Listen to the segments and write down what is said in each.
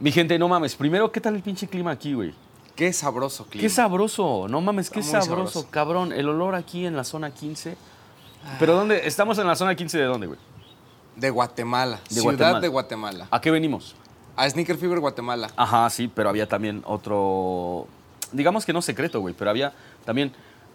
Mi gente, no mames. Primero, ¿qué tal el pinche clima aquí, güey? Qué sabroso clima. Qué sabroso. No mames, qué Está muy sabroso, cabrón. El olor aquí en la zona 15. ¿Pero dónde? ¿Estamos en la zona 15 de dónde, güey? De Guatemala. De Ciudad Guatemala. de Guatemala. ¿A qué venimos? A Sneaker Fever Guatemala. Ajá, sí, pero había también otro... Digamos que no secreto, güey, pero había también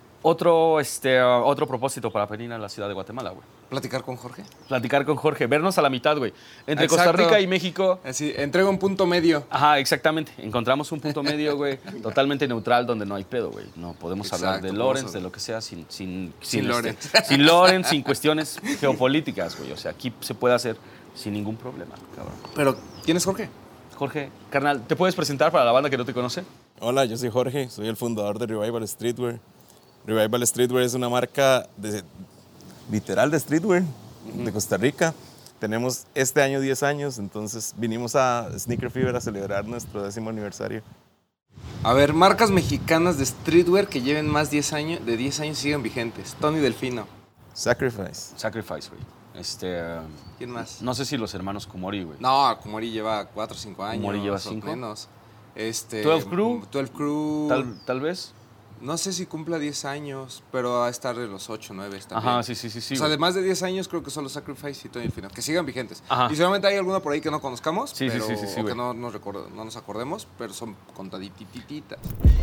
otro propósito para venir a la ciudad de Guatemala, güey. ¿Platicar con Jorge? Platicar con Jorge, vernos a la mitad, güey. Entre Exacto. Costa Rica y México. Así, entrega un punto medio. Ajá, exactamente. Encontramos un punto medio, güey, totalmente neutral donde no hay pedo, güey. No podemos hablar Exacto, de Lawrence, de lo que sea, sin Lawrence. sin Lawrence, sin cuestiones geopolíticas, güey. O sea, aquí se puede hacer sin ningún problema, cabrón. Pero, ¿quién es Jorge? Jorge, carnal, ¿te puedes presentar para la banda que no te conoce? Hola, yo soy Jorge, soy el fundador de Revival Streetwear. Revival Streetwear es una marca literal de streetwear de Costa Rica. Tenemos este año 10 años, entonces vinimos a Sneaker Fever a celebrar nuestro 10º aniversario. A ver, marcas mexicanas de streetwear que lleven más de 10 años y siguen vigentes. Tony Delfino. Sacrifice. Sacrifice, güey. ¿Quién más? No sé si los hermanos Kumori, güey. No, Kumori lleva 4 o 5 años. Kumori lleva o 5. menos. 12 Crew. 12 Crew. Tal vez. No sé si cumpla 10 años, pero va a estar de los 8 o 9 también. Ajá, sí. O sea, güey. de más de 10 años creo que solo Sacrifice y Tony Delfino, que sigan vigentes. Ajá. Y seguramente hay alguna por ahí que no conozcamos, Sí, pero, sí, o güey. que no nos acordemos, pero son contaditititas.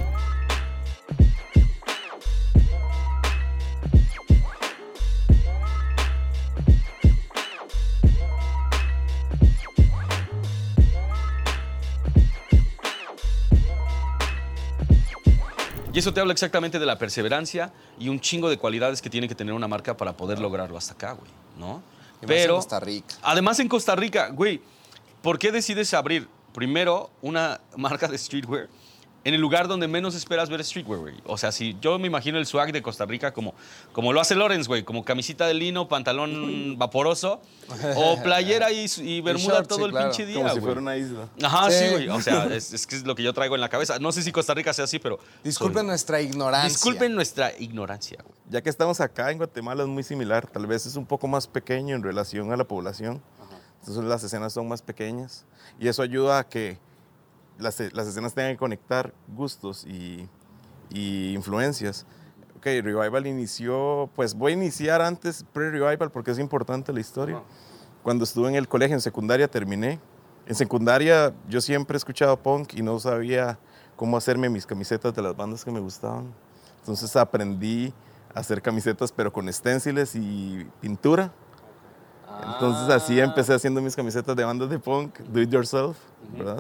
Y eso te habla exactamente de la perseverancia y un chingo de cualidades que tiene que tener una marca para poder lograrlo hasta acá, güey, ¿no? Y más en Costa Rica. Además en Costa Rica, güey, ¿por qué decides abrir primero una marca de streetwear en el lugar donde menos esperas ver streetwear, güey? O sea, si yo me imagino el swag de Costa Rica como lo hace Lawrence, güey, como camisita de lino, pantalón vaporoso o playera y bermuda shorts, todo sí, el claro. pinche día, Como si güey. fuera una isla. Ajá, Sí. sí, güey. O sea, es que es lo que yo traigo en la cabeza. No sé si Costa Rica sea así, pero... Disculpen nuestra ignorancia. Disculpen nuestra ignorancia, güey. Ya que estamos acá en Guatemala es muy similar, tal vez es un poco más pequeño en relación a la población. Entonces las escenas son más pequeñas y eso ayuda a que las escenas tengan que conectar gustos y influencias. Ok, Revival inició, pues voy a iniciar antes pre-Revival porque es importante la historia. Cuando estuve en el colegio, en secundaria terminé. En secundaria yo siempre he escuchado punk y no sabía cómo hacerme mis camisetas de las bandas que me gustaban. Entonces aprendí a hacer camisetas pero con esténciles y pintura. Entonces así empecé haciendo mis camisetas de bandas de punk, do it yourself, ¿verdad?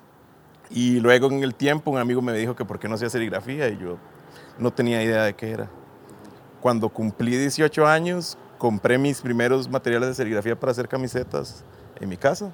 Y luego en el tiempo un amigo me dijo que por qué no hacía serigrafía y yo no tenía idea de qué era. Cuando cumplí 18 años, compré mis primeros materiales de serigrafía para hacer camisetas en mi casa.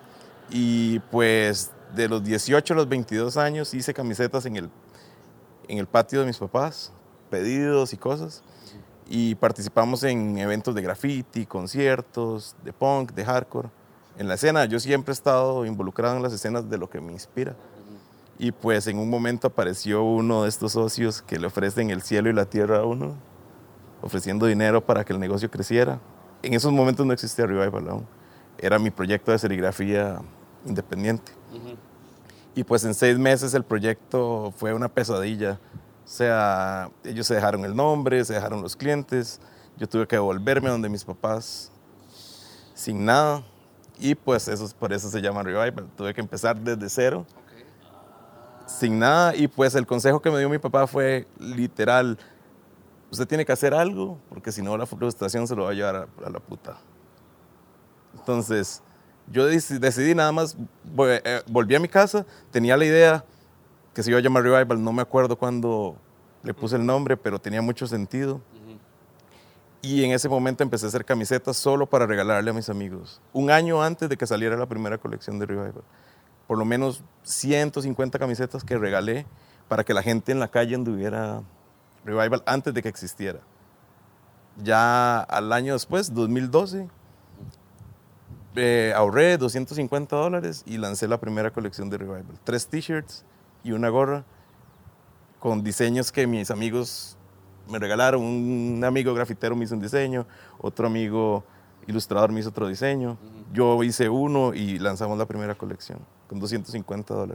Y pues de los 18 a los 22 años hice camisetas en el patio de mis papás, pedidos y cosas. Y participamos en eventos de graffiti, conciertos, de punk, de hardcore. En la escena, yo siempre he estado involucrado en las escenas de lo que me inspira. Y pues en un momento apareció uno de estos socios que le ofrecen el cielo y la tierra a uno, ofreciendo dinero para que el negocio creciera. En esos momentos no existía Revival aún. Era mi proyecto de serigrafía independiente. Y pues en 6 meses el proyecto fue una pesadilla. O sea, ellos se dejaron el nombre, se dejaron los clientes. Yo tuve que volverme donde mis papás sin nada. Y pues por eso se llama Revival. Tuve que empezar desde cero, sin nada. Y pues el consejo que me dio mi papá fue literal: usted tiene que hacer algo, porque si no la frustración se lo va a llevar a la puta. Entonces, yo decidí nada más, volví a mi casa, tenía la idea que se iba a llamar Revival, no me acuerdo cuándo le puse el nombre, pero tenía mucho sentido. Y en ese momento empecé a hacer camisetas solo para regalarle a mis amigos. Un año antes de que saliera la primera colección de Revival. Por lo menos 150 camisetas que regalé para que la gente en la calle anduviera Revival antes de que existiera. Ya al año después, 2012, ahorré $250 y lancé la primera colección de Revival. 3 t-shirts y una gorra con diseños que mis amigos me regalaron. Un amigo grafitero me hizo un diseño, otro amigo ilustrador me hizo otro diseño, yo hice uno y lanzamos la primera colección con $250.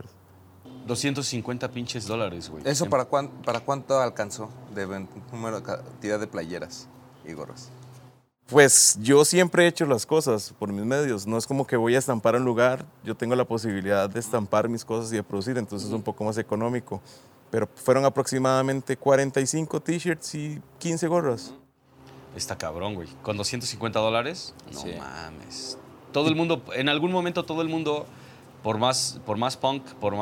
250 pinches dólares, güey. ¿Eso para cuánto alcanzó de cantidad de playeras y gorras? Pues yo siempre he hecho las cosas por mis medios, no es como que voy a estampar a un lugar, yo tengo la posibilidad de estampar mis cosas y de producir, entonces es un poco más económico. Pero fueron aproximadamente 45 t-shirts y 15 gorras. Está cabrón, güey. ¿Con $250? No Sí. mames. Todo el mundo, en algún momento todo el mundo, por más punk, por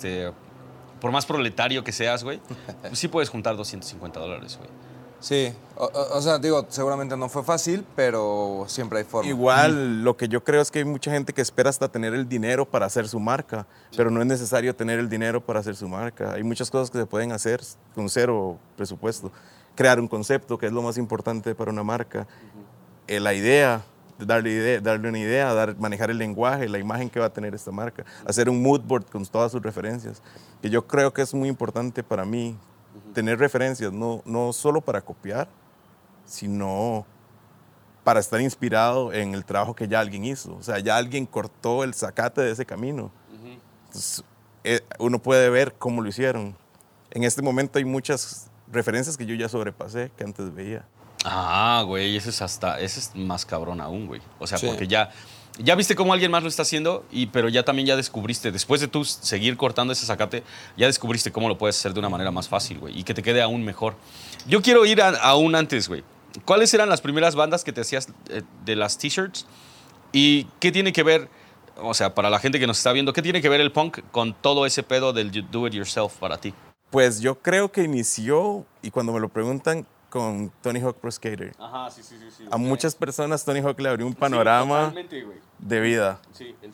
más proletario que seas, güey, pues sí puedes juntar $250, güey. Sí, o sea, digo, seguramente no fue fácil, pero siempre hay forma. Igual, lo que yo creo es que hay mucha gente que espera hasta tener el dinero para hacer su marca, pero no es necesario tener el dinero para hacer su marca. Hay muchas cosas que se pueden hacer con cero presupuesto. Crear un concepto, que es lo más importante para una marca. La idea, darle una idea, manejar el lenguaje, la imagen que va a tener esta marca. Hacer un mood board con todas sus referencias, que yo creo que es muy importante para mí. Tener referencias, no solo para copiar, sino para estar inspirado en el trabajo que ya alguien hizo. O sea, ya alguien cortó el zacate de ese camino. Entonces, uno puede ver cómo lo hicieron. En este momento hay muchas referencias que yo ya sobrepasé, que antes veía. Ah, güey, ese es más cabrón aún, güey. O sea, Sí. porque ya viste cómo alguien más lo está haciendo, pero ya también ya descubriste, después de tú seguir cortando ese zacate, ya descubriste cómo lo puedes hacer de una manera más fácil, güey, y que te quede aún mejor. Yo quiero ir aún antes, güey. ¿Cuáles eran las primeras bandas que te hacías de las t-shirts? ¿Y qué tiene que ver, o sea, para la gente que nos está viendo, qué tiene que ver el punk con todo ese pedo del do it yourself para ti? Pues yo creo que inició, y cuando me lo preguntan, con Tony Hawk Pro Skater. Ajá, sí. A muchas personas Tony Hawk le abrió un panorama de vida. Sí, el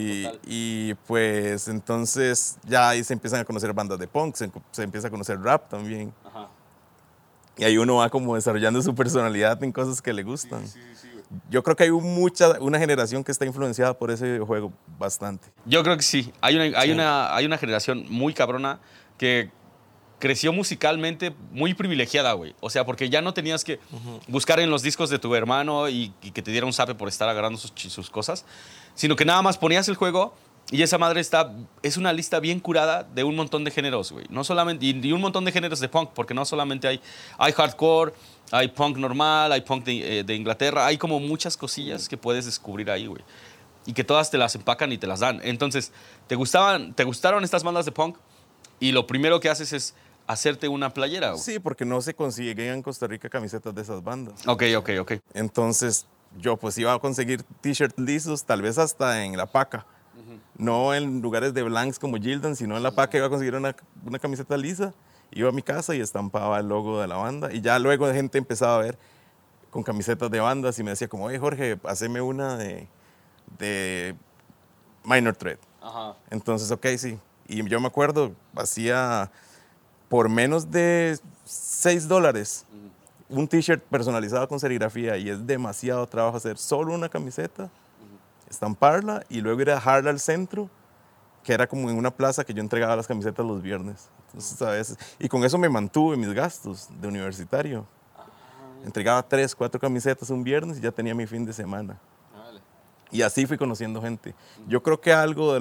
Y pues entonces ya ahí se empiezan a conocer bandas de punk, se empieza a conocer rap también. Ajá. Y ahí uno va como desarrollando su personalidad en cosas que le gustan. Sí, güey. Yo creo que hay una generación que está influenciada por ese videojuego bastante. Yo creo que sí. Hay una generación muy cabrona que creció musicalmente muy privilegiada, güey. O sea, porque ya no tenías que buscar en los discos de tu hermano y que te diera un zape por estar agarrando sus cosas, sino que nada más ponías el juego y esa madre es una lista bien curada de un montón de géneros, güey. No solamente, y un montón de géneros de punk, porque no solamente hay hardcore, hay punk normal, hay punk de Inglaterra, hay como muchas cosillas que puedes descubrir ahí, güey. Y que todas te las empacan y te las dan. Entonces, te gustaron estas bandas de punk y lo primero que haces es hacerte una playera, güey. Sí, porque no se consiguen en Costa Rica camisetas de esas bandas. Ok. Entonces yo pues iba a conseguir t-shirts lisos, tal vez hasta en La Paca. No en lugares de blanks como Gildan, sino en La Paca iba a conseguir una camiseta lisa. Iba a mi casa y estampaba el logo de la banda. Y ya luego la gente empezaba a ver con camisetas de bandas y me decía como, oye Jorge, haceme una de Minor Threat. Ajá. Entonces, ok, sí. Y yo me acuerdo, hacía por menos de $6 un t-shirt personalizado con serigrafía y es demasiado trabajo hacer solo una camiseta, estamparla y luego ir a dejarla al centro, que era como en una plaza que yo entregaba las camisetas los viernes. Entonces, a veces, y con eso me mantuve mis gastos de universitario. Entregaba 3, 4 camisetas un viernes y ya tenía mi fin de semana. Y así fui conociendo gente. Yo creo que algo de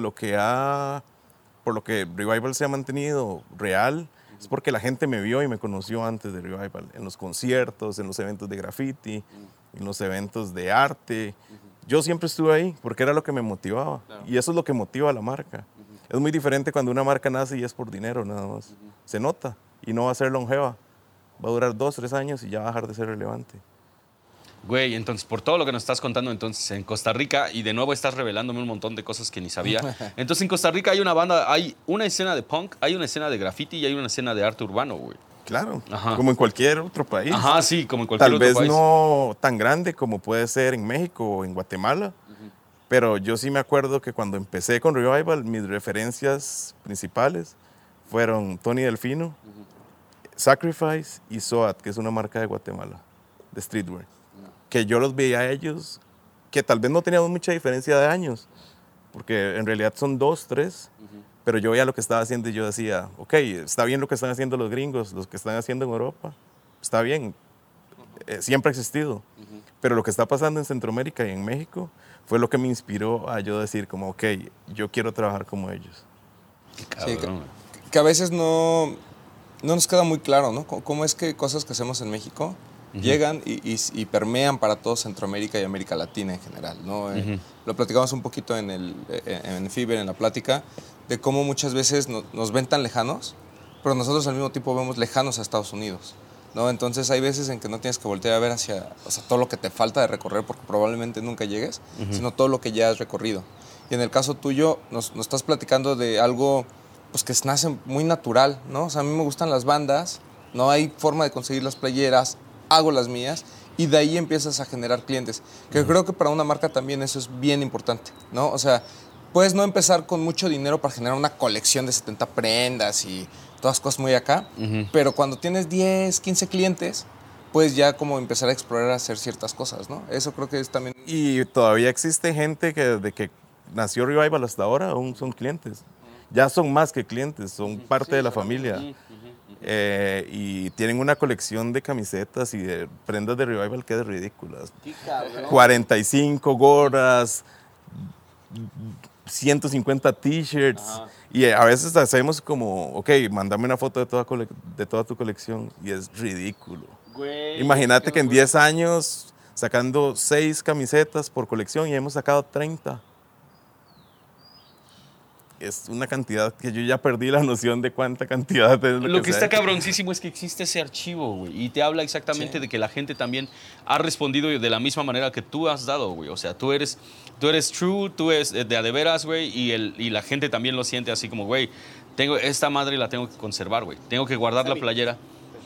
por lo que Revival se ha mantenido real, es porque la gente me vio y me conoció antes de Revival, en los conciertos, en los eventos de graffiti, en los eventos de arte. Yo siempre estuve ahí porque era lo que me motivaba. Claro. Y eso es lo que motiva a la marca. Es muy diferente cuando una marca nace y es por dinero nada más. Se nota y no va a ser longeva. Va a durar 2, 3 años y ya va a dejar de ser relevante. Güey, entonces, por todo lo que nos estás contando, entonces, en Costa Rica, y de nuevo estás revelándome un montón de cosas que ni sabía. Entonces, en Costa Rica hay una banda, hay una escena de punk, hay una escena de graffiti y hay una escena de arte urbano, güey. Claro, Ajá. Como en cualquier otro país. Ajá, sí, como en cualquier otro país. Tal vez no tan grande como puede ser en México o en Guatemala, pero yo sí me acuerdo que cuando empecé con Revival, mis referencias principales fueron Tony Delfino, Sacrifice y SOAT, que es una marca de Guatemala, de streetwear. Que yo los veía a ellos, que tal vez no teníamos mucha diferencia de años, porque en realidad son 2, 3, pero yo veía lo que estaba haciendo y yo decía, ok, está bien lo que están haciendo los gringos, los que están haciendo en Europa, está bien, siempre ha existido. Pero lo que está pasando en Centroamérica y en México fue lo que me inspiró a yo decir como, ok, yo quiero trabajar como ellos. Qué Sí, cabrón. que a veces no nos queda muy claro, ¿no? Cómo es que cosas que hacemos en México llegan y permean para todo Centroamérica y América Latina en general, ¿no? Lo platicamos un poquito en Fiverr, en la plática, de cómo muchas veces nos ven tan lejanos, pero nosotros al mismo tiempo vemos lejanos a Estados Unidos, ¿no? Entonces hay veces en que no tienes que voltear a ver hacia, o sea, todo lo que te falta de recorrer, porque probablemente nunca llegues, sino todo lo que ya has recorrido. Y en el caso tuyo, nos estás platicando de algo pues que nace muy natural, ¿no? O sea, a mí me gustan las bandas, no hay forma de conseguir las playeras, hago las mías y de ahí empiezas a generar clientes. Que creo que para una marca también eso es bien importante, ¿no? O sea, puedes no empezar con mucho dinero para generar una colección de 70 prendas y todas cosas muy acá, pero cuando tienes 10, 15 clientes, puedes ya como empezar a explorar a hacer ciertas cosas, ¿no? Eso creo que es también... Y todavía existe gente que desde que nació Revival hasta ahora aún son clientes. Ya son más que clientes, son parte de la familia. Y tienen una colección de camisetas y de prendas de Revival que es ridícula. 45 gorras, 150 t-shirts. Y a veces hacemos como, ok, mándame una foto de toda tu colección. Y es ridículo. Güey, Imagínate que en 10 años sacando 6 camisetas por colección y hemos sacado 30. Es una cantidad que yo ya perdí la noción de cuánta cantidad es Lo que se está ha hecho. cabroncísimo es que existe ese archivo, güey, y te habla exactamente de que la gente también ha respondido de la misma manera que tú has dado, güey. O sea, tú eres true, tú eres de a de veras, güey, y la gente también lo siente así como, güey, tengo esta madre y la tengo que conservar, güey. Tengo que guardar la playera.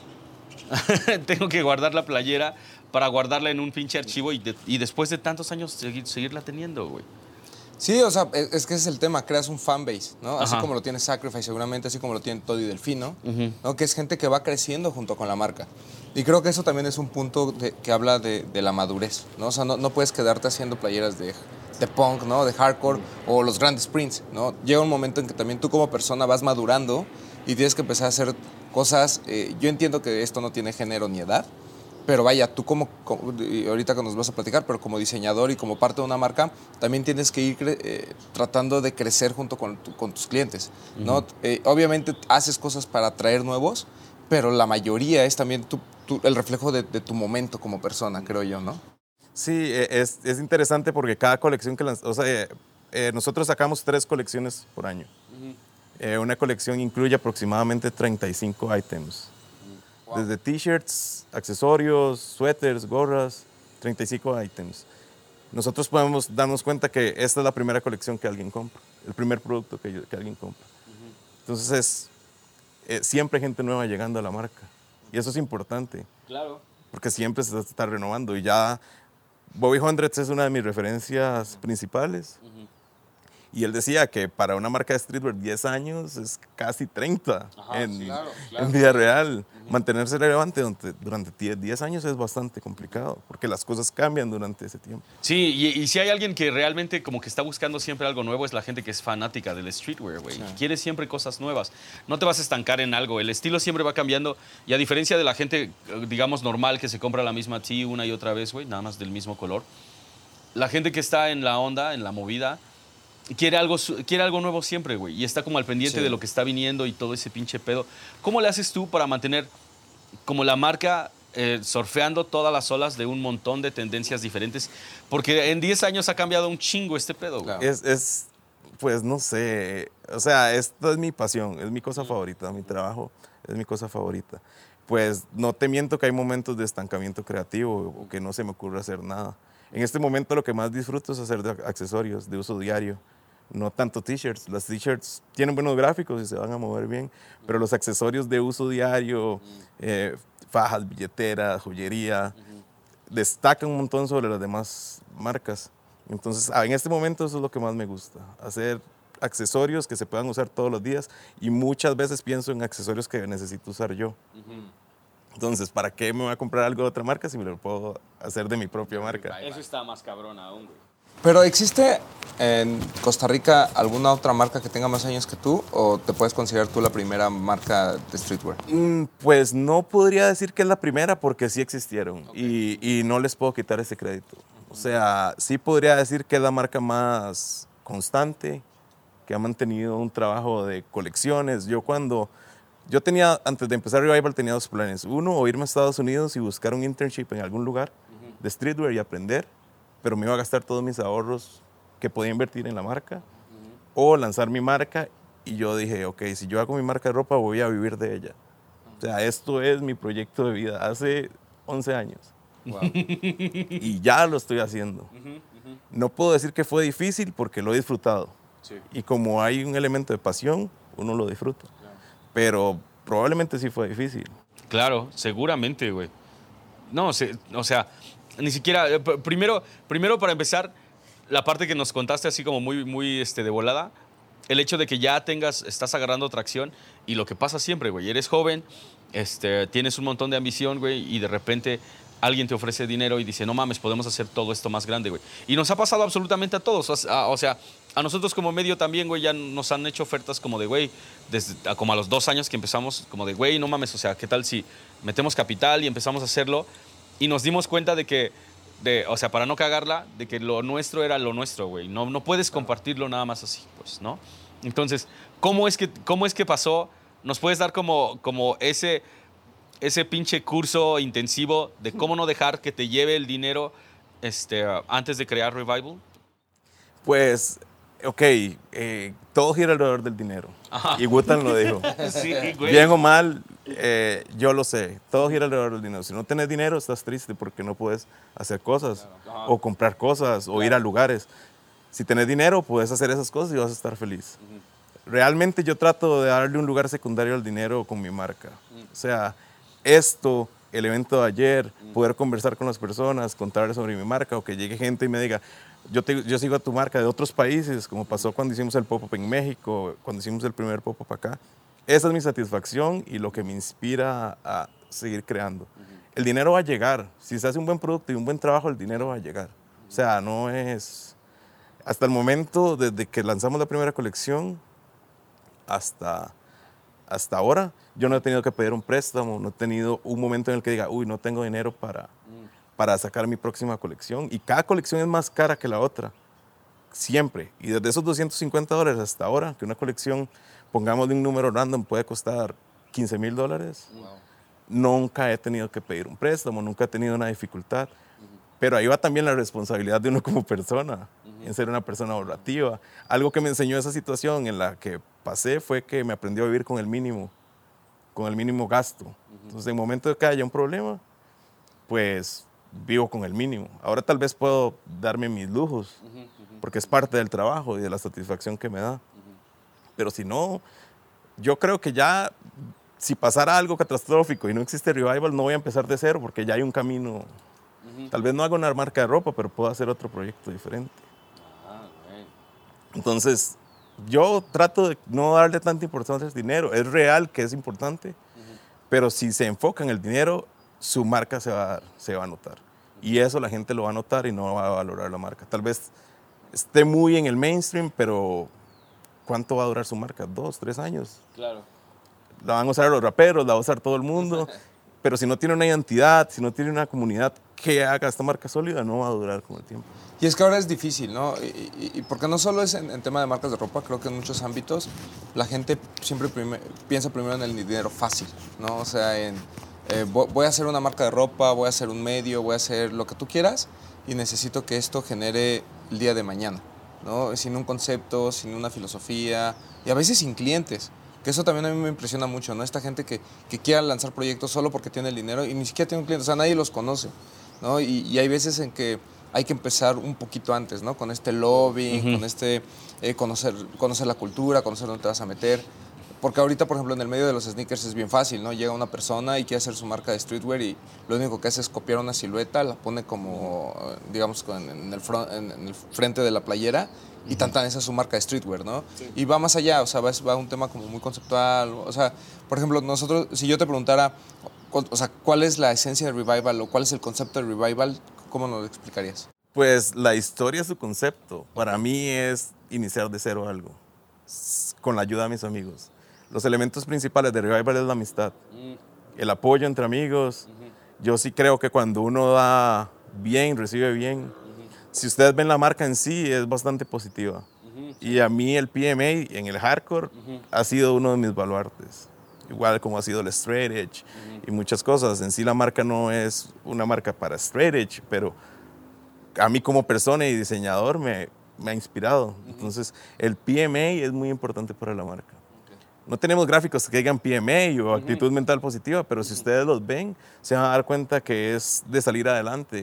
Tengo que guardar la playera para guardarla en un pinche archivo y después de tantos años seguirla teniendo, güey. Sí, o sea, es que ese es el tema, creas un fanbase, ¿no? Así Ajá. como lo tiene Sacrifice seguramente, así como lo tiene Toddy Delfino, ¿no? Que es gente que va creciendo junto con la marca. Y creo que eso también es un punto que habla de la madurez, ¿no? O sea, no puedes quedarte haciendo playeras de punk, ¿no? De hardcore o los grandes sprints, ¿no? Llega un momento en que también tú como persona vas madurando y tienes que empezar a hacer cosas. Yo entiendo que esto no tiene género ni edad, pero vaya, tú y ahorita que nos vas a platicar, pero como diseñador y como parte de una marca, también tienes que ir tratando de crecer junto con tus clientes, ¿no? Obviamente haces cosas para atraer nuevos, pero la mayoría es también el reflejo de tu momento como persona, creo yo, ¿no? Sí, es interesante porque cada colección que o sea, nosotros sacamos 3 colecciones por año. Una colección incluye aproximadamente 35 items. Wow. Desde t-shirts, accesorios, suéteres, gorras, 35 items. Nosotros podemos darnos cuenta que esta es la primera colección que alguien compra, el primer producto que alguien compra. Entonces siempre hay gente nueva llegando a la marca. Y eso es importante. Claro. Porque siempre se está renovando. Y ya Bobby Hundreds es una de mis referencias principales. Y él decía que para una marca de streetwear 10 años es casi 30 en vida real. Mantenerse relevante durante 10 años es bastante complicado porque las cosas cambian durante ese tiempo. Sí, y si hay alguien que realmente como que está buscando siempre algo nuevo es la gente que es fanática del streetwear, güey. Sí. Quiere siempre cosas nuevas. No te vas a estancar en algo. El estilo siempre va cambiando y a diferencia de la gente, digamos, normal que se compra la misma tee una y otra vez, güey, nada más del mismo color, la gente que está en la onda, en la movida, quiere algo nuevo siempre, güey. Y está como al pendiente de lo que está viniendo y todo ese pinche pedo. ¿Cómo le haces tú para mantener como la marca surfeando todas las olas de un montón de tendencias diferentes? Porque en 10 años ha cambiado un chingo este pedo, güey. Claro. Pues no sé. O sea, esta es mi pasión, es mi cosa favorita. Mi trabajo es mi cosa favorita. Pues no te miento que hay momentos de estancamiento creativo o que no se me ocurre hacer nada. En este momento lo que más disfruto es hacer accesorios de uso diario. No tanto t-shirts. Las t-shirts tienen buenos gráficos y se van a mover bien, pero los accesorios de uso diario, fajas, billeteras, joyería, destacan un montón sobre las demás marcas. Entonces, en este momento eso es lo que más me gusta, hacer accesorios que se puedan usar todos los días y muchas veces pienso en accesorios que necesito usar yo. Entonces, ¿para qué me voy a comprar algo de otra marca si me lo puedo hacer de mi propia marca? Eso está más cabrón aún, güey. Pero ¿existe en Costa Rica alguna otra marca que tenga más años que tú o te puedes considerar tú la primera marca de streetwear? Pues no podría decir que es la primera porque sí existieron y no les puedo quitar ese crédito. O sea, sí podría decir que es la marca más constante, que ha mantenido un trabajo de colecciones. Yo tenía, antes de empezar Revival, tenía dos planes. Uno, o irme a Estados Unidos y buscar un internship en algún lugar de streetwear y aprender, pero me iba a gastar todos mis ahorros que podía invertir en la marca, o lanzar mi marca, y yo dije, ok, si yo hago mi marca de ropa, voy a vivir de ella. O sea, esto es mi proyecto de vida, hace 11 años. Wow. Y ya lo estoy haciendo. No puedo decir que fue difícil porque lo he disfrutado. Sí. Y como hay un elemento de pasión, uno lo disfruta. Pero probablemente sí fue difícil. Claro, seguramente, güey. No, o sea, ni siquiera... primero para empezar, la parte que nos contaste así como muy de volada, el hecho de que ya estás agarrando tracción y lo que pasa siempre, güey, eres joven, tienes un montón de ambición, güey, y de repente alguien te ofrece dinero y dice, no mames, podemos hacer todo esto más grande, güey. Y nos ha pasado absolutamente a todos. O sea, a nosotros como medio también, güey, ya nos han hecho ofertas como de, güey, como a los 2 años que empezamos, como de, güey, no mames, o sea, ¿qué tal si metemos capital y empezamos a hacerlo? Y nos dimos cuenta de que, o sea, para no cagarla, de que lo nuestro era lo nuestro, güey. No puedes compartirlo nada más así, pues, ¿no? Entonces, ¿cómo es que pasó? ¿Nos puedes dar como ese pinche curso intensivo de cómo no dejar que te lleve el dinero antes de crear Revival? Pues, ok, todo gira alrededor del dinero. Ajá. Y Wutan lo dijo. Sí, güey. Bien o mal, yo lo sé. Todo gira alrededor del dinero. Si no tienes dinero, estás triste porque no puedes hacer cosas, o comprar cosas, o ir a lugares. Si tienes dinero, puedes hacer esas cosas y vas a estar feliz. Realmente yo trato de darle un lugar secundario al dinero con mi marca. O sea, el evento de ayer, poder conversar con las personas, contarles sobre mi marca, o que llegue gente y me diga, yo sigo a tu marca de otros países, como pasó cuando hicimos el pop-up en México, cuando hicimos el primer pop-up acá. Esa es mi satisfacción y lo que me inspira a seguir creando. El dinero va a llegar. Si se hace un buen producto y un buen trabajo, el dinero va a llegar. O sea, no es... Hasta el momento, desde que lanzamos la primera colección hasta ahora, yo no he tenido que pedir un préstamo, no he tenido un momento en el que diga, uy, no tengo dinero para sacar mi próxima colección. Y cada colección es más cara que la otra, siempre. Y desde esos $250 hasta ahora, que una colección, pongámosle un número random, puede costar $15,000, nunca he tenido que pedir un préstamo, nunca he tenido una dificultad. Pero ahí va también la responsabilidad de uno como persona, en ser una persona ahorrativa. Algo que me enseñó esa situación en la que pasé fue que me aprendí a vivir con el mínimo gasto. Entonces, en el momento de que haya un problema, pues vivo con el mínimo. Ahora tal vez puedo darme mis lujos, porque es parte del trabajo y de la satisfacción que me da. Pero si no, yo creo que ya, si pasara algo catastrófico y no existe Revival, no voy a empezar de cero, porque ya hay un camino. Tal vez no haga una marca de ropa, pero puedo hacer otro proyecto diferente. Entonces, yo trato de no darle tanta importancia al dinero. Es real que es importante, pero si se enfoca en el dinero, su marca se va a notar. Y eso la gente lo va a notar y no va a valorar la marca. Tal vez esté muy en el mainstream, pero ¿cuánto va a durar su marca? 2, 3 años. Claro. La van a usar los raperos, la va a usar todo el mundo. Pero si no tiene una identidad, si no tiene una comunidad que haga esta marca sólida, no va a durar con el tiempo. Y es que ahora es difícil, ¿no? Y porque no solo es en tema de marcas de ropa, creo que en muchos ámbitos la gente siempre piensa primero en el dinero fácil, ¿no? O sea, voy a hacer una marca de ropa, voy a hacer un medio, voy a hacer lo que tú quieras y necesito que esto genere el día de mañana, ¿no? Sin un concepto, sin una filosofía y a veces sin clientes. Que eso también a mí me impresiona mucho, ¿no? Esta gente que quiera lanzar proyectos solo porque tiene el dinero y ni siquiera tiene un cliente, o sea, nadie los conoce, ¿no? Y hay veces en que hay que empezar un poquito antes, ¿no? Con este lobbying, con conocer la cultura, conocer dónde te vas a meter. Porque ahorita, por ejemplo, en el medio de los sneakers es bien fácil, ¿no? Llega una persona y quiere hacer su marca de streetwear y lo único que hace es copiar una silueta, la pone como, digamos, en el frente de la playera y esa es su marca de streetwear, ¿no? Sí. Y va más allá, o sea, va a un tema como muy conceptual. O sea, por ejemplo, nosotros, si yo te preguntara, o sea, ¿cuál es la esencia de Revival o cuál es el concepto de Revival? ¿Cómo nos lo explicarías? Pues la historia es su concepto. Para mí es iniciar de cero algo, con la ayuda de mis amigos. Los elementos principales de Revival es la amistad, el apoyo entre amigos. Yo sí creo que cuando uno da bien, recibe bien. Si ustedes ven la marca en sí, es bastante positiva. Y a mí el PMA en el hardcore ha sido uno de mis baluartes. Igual como ha sido el straight edge y muchas cosas. En sí la marca no es una marca para straight edge, pero a mí como persona y diseñador me ha inspirado. Entonces el PMA es muy importante para la marca. No tenemos gráficos que digan PMA o actitud mental positiva, pero si ustedes los ven, se van a dar cuenta que es de salir adelante,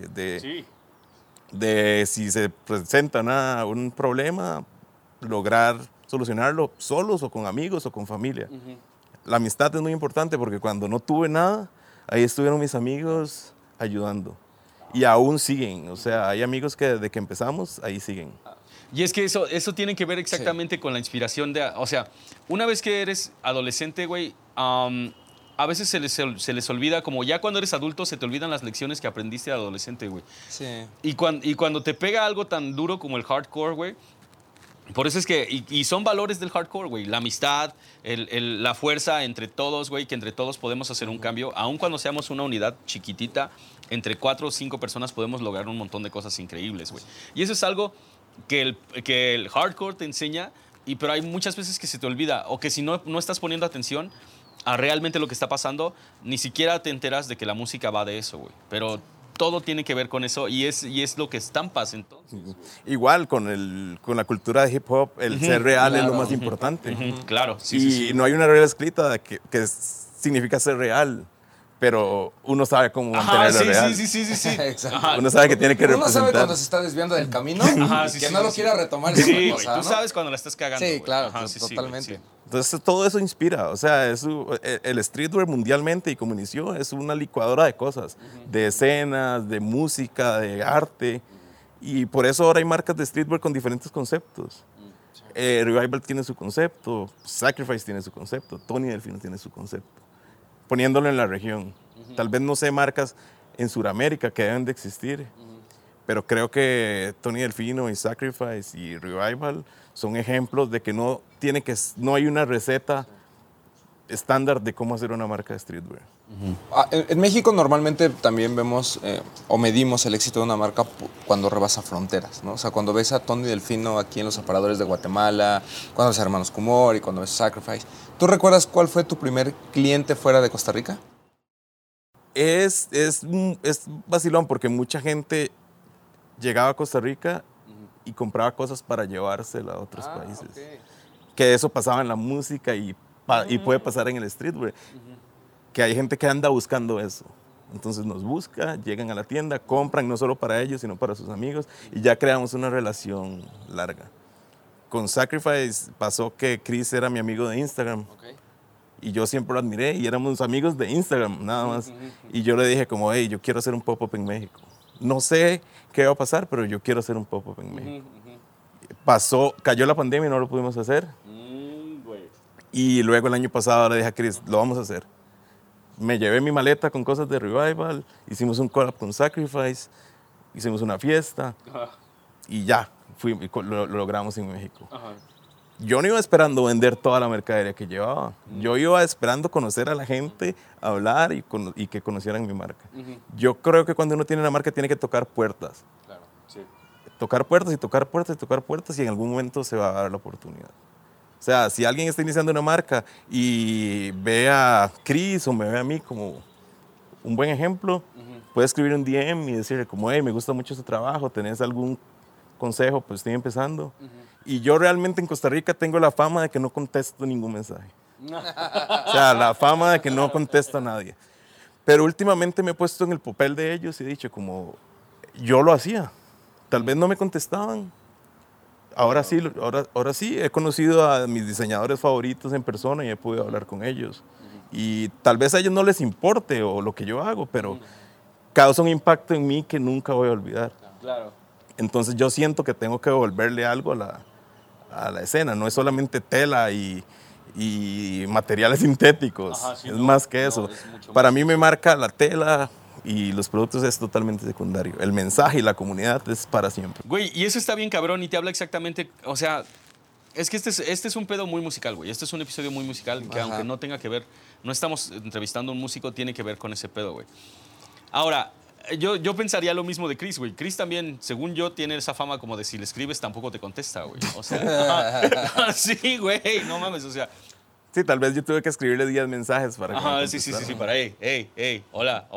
de si se presenta un problema, lograr solucionarlo solos o con amigos o con familia. La amistad es muy importante porque cuando no tuve nada, ahí estuvieron mis amigos ayudando. Y aún siguen, o sea, hay amigos que desde que empezamos, ahí siguen. Y es que eso tiene que ver exactamente con la inspiración de... O sea, una vez que eres adolescente, güey, a veces se les olvida, como ya cuando eres adulto, se te olvidan las lecciones que aprendiste de adolescente, güey. Sí. Y cuando te pega algo tan duro como el hardcore, güey, por eso es que, y son valores del hardcore, güey, la amistad, la fuerza entre todos, güey, que entre todos podemos hacer un cambio, aun cuando seamos una unidad chiquitita, entre 4 o 5 personas podemos lograr un montón de cosas increíbles, güey. Y eso es algo que el hardcore te enseña, pero hay muchas veces que se te olvida, o que si no estás poniendo atención a realmente lo que está pasando, ni siquiera te enteras de que la música va de eso, güey. Pero todo tiene que ver con eso y es lo que estampas entonces. Igual con la cultura de hip hop, el ser real es lo más importante. Claro, sí. No hay una regla escrita que significa ser real, pero uno sabe cómo mantenerlo real. Sí. Exacto. Uno sabe que tiene que representar. Uno sabe cuando se está desviando del camino que no lo quiera retomar. Sí, cosa, tú sabes cuando la estás cagando. Sí, güey. claro, Sí. totalmente. Entonces todo eso inspira, o sea, el streetwear mundialmente y como inició es una licuadora de cosas, de escenas, de música, de arte, y por eso ahora hay marcas de streetwear con diferentes conceptos. Revival tiene su concepto, Sacrifice tiene su concepto, Tony Delfino tiene su concepto, poniéndolo en la región. Tal vez no sé marcas en Sudamérica que deben de existir, pero creo que Tony Delfino y Sacrifice y Revival son ejemplos de que no hay una receta estándar de cómo hacer una marca de streetwear. En México normalmente también vemos o medimos el éxito de una marca cuando rebasa fronteras, ¿no? O sea, cuando ves a Tony Delfino aquí en los aparadores de Guatemala, cuando ves a Hermanos Kumor y cuando ves a Sacrifice. ¿Tú recuerdas cuál fue tu primer cliente fuera de Costa Rica? Es vacilón porque mucha gente llegaba a Costa Rica y compraba cosas para llevársela a otros países. Okay. Que eso pasaba en la música y puede pasar en el streetwear. Que hay gente que anda buscando eso. Entonces nos busca, llegan a la tienda, compran no solo para ellos, sino para sus amigos y ya creamos una relación larga. Con Sacrifice pasó que Chris era mi amigo de Instagram. Okay. Y yo siempre lo admiré y éramos amigos de Instagram, nada más. Y yo le dije como, hey, yo quiero hacer un pop-up en México. No sé qué va a pasar, pero yo quiero hacer un pop-up en México. Cayó la pandemia y no lo pudimos hacer. Y luego el año pasado le dije a Chris, lo vamos a hacer. Me llevé mi maleta con cosas de Revival, hicimos un collab con Sacrifice, hicimos una fiesta y ya, lo logramos en México. Yo no iba esperando vender toda la mercadería que llevaba. Yo iba esperando conocer a la gente, hablar y que conocieran mi marca. Yo creo que cuando uno tiene una marca tiene que tocar puertas. Claro, sí. Tocar puertas y tocar puertas y tocar puertas y en algún momento se va a dar la oportunidad. O sea, si alguien está iniciando una marca y ve a Chris o me ve a mí como un buen ejemplo, puede escribir un DM y decirle como, hey, me gusta mucho su trabajo, ¿tenés algún consejo? Pues estoy empezando. Y yo realmente en Costa Rica tengo la fama de que no contesto ningún mensaje. O sea, la fama de que no contesto a nadie. Pero últimamente me he puesto en el papel de ellos y he dicho como, yo lo hacía. Tal vez no me contestaban. Ahora sí, he conocido a mis diseñadores favoritos en persona y he podido hablar con ellos. Y tal vez a ellos no les importe o lo que yo hago, pero causa un impacto en mí que nunca voy a olvidar. Claro. Entonces yo siento que tengo que devolverle algo a la escena. No es solamente tela y materiales sintéticos. Es más que eso. Para mí me marca la tela y los productos es totalmente secundario. El mensaje y la comunidad es para siempre. Güey, y eso está bien cabrón y te habla exactamente, o sea, es que este es un pedo muy musical, güey. Este es un episodio muy musical que aunque no tenga que ver, no estamos entrevistando a un músico, tiene que ver con ese pedo, güey. Ahora, yo pensaría lo mismo de Chris, güey. Chris también, según yo, tiene esa fama como de si le escribes tampoco te contesta, güey. O sea, sí, güey, no mames, o sea. Sí, tal vez yo tuve que escribirle 10 mensajes para que me Sí, contestara. para, hola.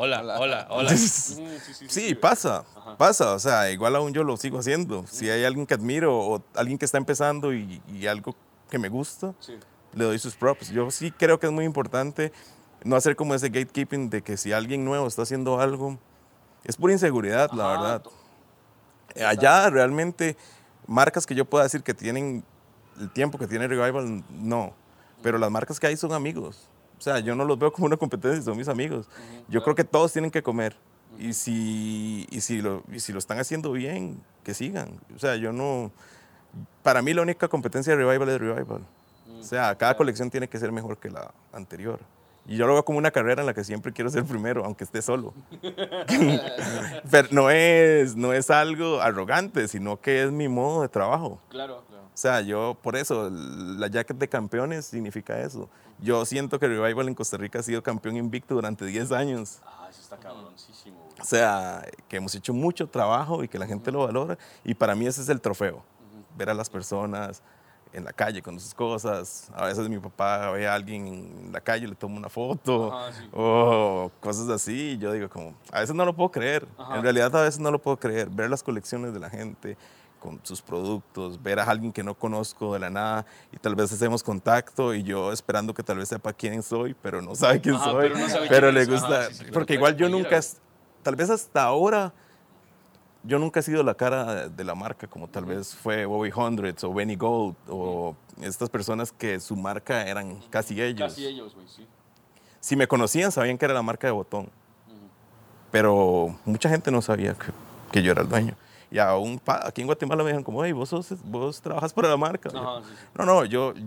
Sí, pasa, pasa. O sea, igual aún yo lo sigo haciendo. Si hay alguien que admiro o alguien que está empezando y algo que me gusta, le doy sus props. Yo sí creo que es muy importante no hacer como ese gatekeeping de que si alguien nuevo está haciendo algo, es pura inseguridad, la verdad. Allá realmente, marcas que yo pueda decir que tienen el tiempo que tiene Revival, no. Pero las marcas que hay son amigos. O sea, yo no los veo como una competencia, son mis amigos. Yo creo que todos tienen que comer. Y si lo están haciendo bien, que sigan. O sea, yo no... Para mí la única competencia de Revival es Revival. O sea, cada colección tiene que ser mejor que la anterior. Y yo lo veo como una carrera en la que siempre quiero ser primero, aunque esté solo. Pero no es algo arrogante, sino que es mi modo de trabajo. Claro. O sea, yo, por eso, la jacket de campeones significa eso. Yo siento que Revival en Costa Rica ha sido campeón invicto durante 10 años. Eso está cabroncísimo, güey. O sea, que hemos hecho mucho trabajo y que la gente lo valora. Y para mí ese es el trofeo. Ver a las personas en la calle con sus cosas. A veces mi papá ve a alguien en la calle, le toma una foto o cosas así. Y yo digo como, a veces no lo puedo creer. En realidad a veces no lo puedo creer. Ver las colecciones de la gente con sus productos, ver a alguien que no conozco de la nada y tal vez hacemos contacto y yo esperando que tal vez sepa quién soy, pero no sabe quién soy, pero le gusta, porque igual yo nunca, tal vez hasta ahora, yo nunca he sido la cara de la marca como tal vez fue Bobby Hundreds o Benny Gold o estas personas que su marca eran casi ellos. Casi ellos, güey, sí. Si me conocían, sabían que era la marca de Botón, pero mucha gente no sabía que yo era el dueño. Y aún aquí en Guatemala me dijeron como, hey, vos trabajas para la marca. No,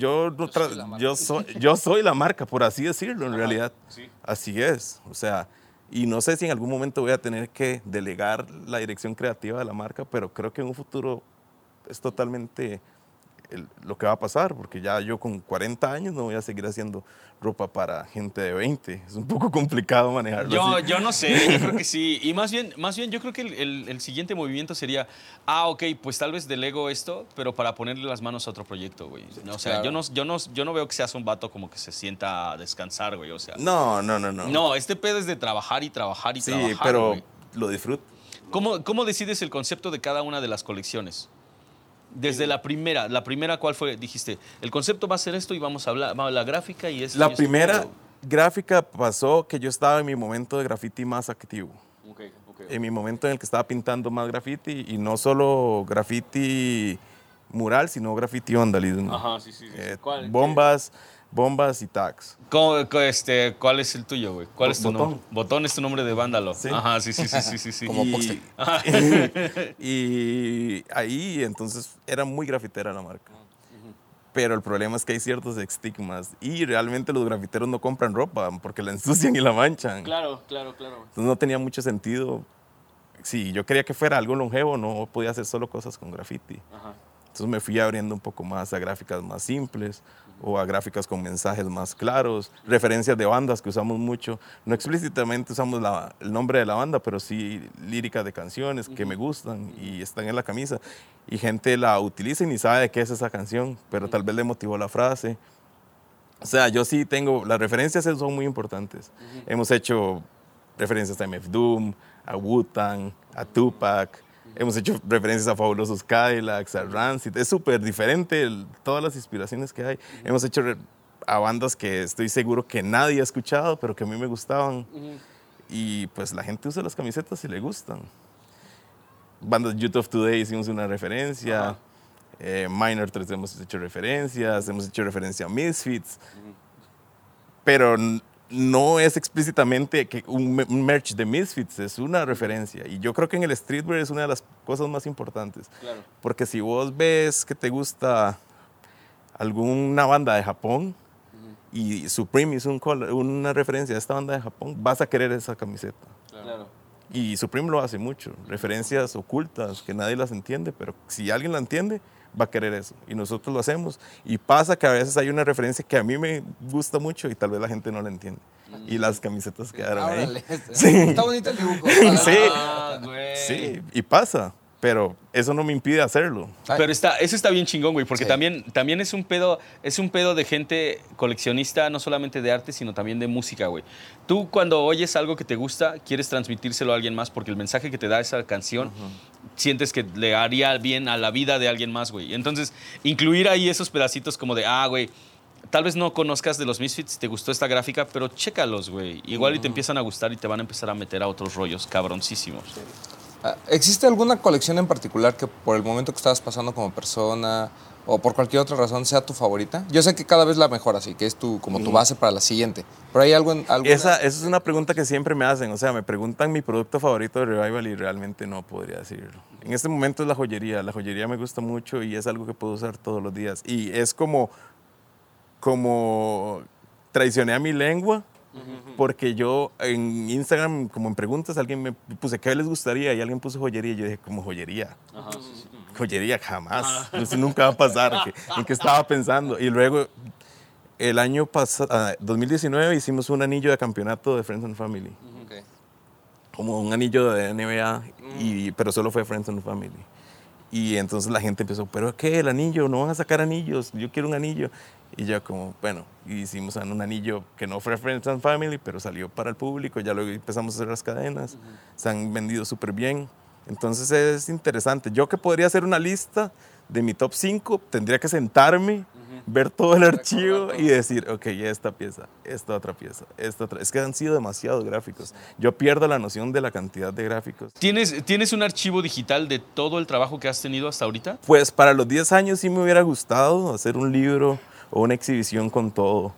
yo soy la marca, por así decirlo, en realidad. Sí. Así es, o sea, y no sé si en algún momento voy a tener que delegar la dirección creativa de la marca, pero creo que en un futuro es totalmente lo que va a pasar, porque ya yo con 40 años no voy a seguir haciendo ropa para gente de 20. Es un poco complicado manejarlo así. Yo no sé, yo creo que sí. Y más bien yo creo que el siguiente movimiento sería, ok, pues tal vez delego esto, pero para ponerle las manos a otro proyecto, güey. O sea, claro. yo no veo que seas un vato como que se sienta a descansar, güey. O sea, no. No, este pedo es de trabajar y trabajar. Sí, pero güey, lo disfruto. ¿Cómo decides el concepto de cada una de las colecciones? Desde la primera, ¿cuál fue? Dijiste, el concepto va a ser esto y vamos a hablar, la gráfica y esto. La primera gráfica pasó que yo estaba en mi momento de graffiti más activo. Okay. En mi momento en el que estaba pintando más graffiti y no solo graffiti mural, sino graffiti vandalismo. Sí. ¿Cuál? Bombas y tags. ¿Cuál es el tuyo, güey? ¿Cuál es tu nombre? Botón es tu nombre de vándalo. Sí. Sí. Como Poxte. Y ahí entonces era muy grafitera la marca. Pero el problema es que hay ciertos estigmas y realmente los grafiteros no compran ropa porque la ensucian y la manchan. Claro. Entonces no tenía mucho sentido. Si yo quería que fuera algo longevo, no podía hacer solo cosas con graffiti. Entonces me fui abriendo un poco más a gráficas más simples o a gráficas con mensajes más claros, referencias de bandas que usamos mucho. No explícitamente usamos el nombre de la banda, pero sí líricas de canciones que me gustan y están en la camisa. Y gente la utiliza y ni sabe de qué es esa canción, pero tal vez le motivó la frase. O sea, yo sí tengo, las referencias son muy importantes. Hemos hecho referencias a MF Doom, a Wu-Tang, a Tupac. Hemos hecho referencias a Fabulosos Cadillacs, a Rancid. Es súper diferente todas las inspiraciones que hay. Hemos hecho a bandas que estoy seguro que nadie ha escuchado, pero que a mí me gustaban. Y pues la gente usa las camisetas y le gustan. Bandas Youth of Today hicimos una referencia. Minor 3 hemos hecho referencias. Hemos hecho referencia a Misfits. Pero no es explícitamente que un merch de Misfits, es una referencia. Y yo creo que en el streetwear es una de las cosas más importantes. Claro. Porque si vos ves que te gusta alguna banda de Japón y Supreme hizo una referencia a esta banda de Japón, vas a querer esa camiseta. Claro. Y Supreme lo hace mucho, referencias ocultas que nadie las entiende, pero si alguien la entiende, va a querer eso. Y nosotros lo hacemos. Y pasa que a veces hay una referencia que a mí me gusta mucho y tal vez la gente no la entiende. Y las camisetas quedaron ahí. Órale. Sí. Está bonito el dibujo. Sí. Güey. Sí, y pasa, pero eso no me impide hacerlo. Pero eso está bien chingón, güey, porque Sí. también es un pedo de gente coleccionista, no solamente de arte, sino también de música, güey. Tú cuando oyes algo que te gusta, quieres transmitírselo a alguien más porque el mensaje que te da esa canción, sientes que le haría bien a la vida de alguien más, güey. Entonces, incluir ahí esos pedacitos como de, güey, tal vez no conozcas de los Misfits, te gustó esta gráfica, pero chécalos, güey. Igual y te empiezan a gustar y te van a empezar a meter a otros rollos cabroncísimos. ¿Existe alguna colección en particular que por el momento que estabas pasando como persona o por cualquier otra razón sea tu favorita? Yo sé que cada vez la mejoras y que es como tu base para la siguiente, pero ¿hay algo Esa es una pregunta que siempre me hacen, o sea, me preguntan mi producto favorito de Revival y realmente no podría decirlo. En este momento es la joyería me gusta mucho y es algo que puedo usar todos los días. Y es como traicioné a mi lengua, porque yo en Instagram, como en preguntas, alguien me puse qué les gustaría y alguien puso joyería y yo dije, como joyería. Joyería jamás, eso nunca va a pasar. ¿En qué estaba pensando? Y luego, el año pasado, 2019, hicimos un anillo de campeonato de Friends and Family. Okay. Como un anillo de NBA, pero solo fue Friends and Family. Y entonces la gente empezó, ¿pero qué? ¿El anillo? ¿No van a sacar anillos? Yo quiero un anillo. Y ya como, bueno, hicimos un anillo que no fue Friends and Family, pero salió para el público. Ya luego empezamos a hacer las cadenas. Se han vendido súper bien. Entonces es interesante. Yo que podría hacer una lista de mi top 5, tendría que sentarme, ver todo el archivo y decir, ok, esta pieza, esta otra pieza, esta otra. Es que han sido demasiados gráficos. Yo pierdo la noción de la cantidad de gráficos. ¿Tienes un archivo digital de todo el trabajo que has tenido hasta ahorita? Pues para los 10 años sí me hubiera gustado hacer un libro o una exhibición con todo.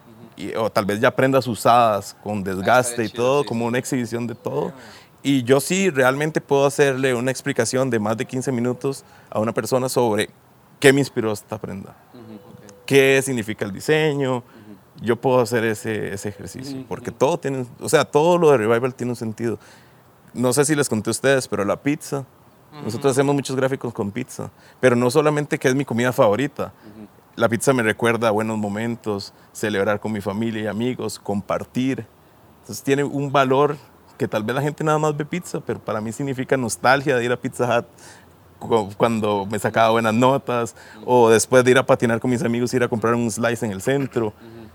O tal vez ya prendas usadas con desgaste y todo, como una exhibición de todo. Y yo sí realmente puedo hacerle una explicación de más de 15 minutos a una persona sobre qué me inspiró esta prenda, qué significa el diseño. Yo puedo hacer ese ejercicio, porque todo tiene, o sea, todo lo de Revival tiene un sentido. No sé si les conté a ustedes, pero la pizza, nosotros hacemos muchos gráficos con pizza, pero no solamente que es mi comida favorita. La pizza me recuerda a buenos momentos, celebrar con mi familia y amigos, compartir. Entonces tiene un valor que tal vez la gente nada más ve pizza, pero para mí significa nostalgia de ir a Pizza Hut cuando me sacaba buenas notas, o después de ir a patinar con mis amigos, ir a comprar un slice en el centro.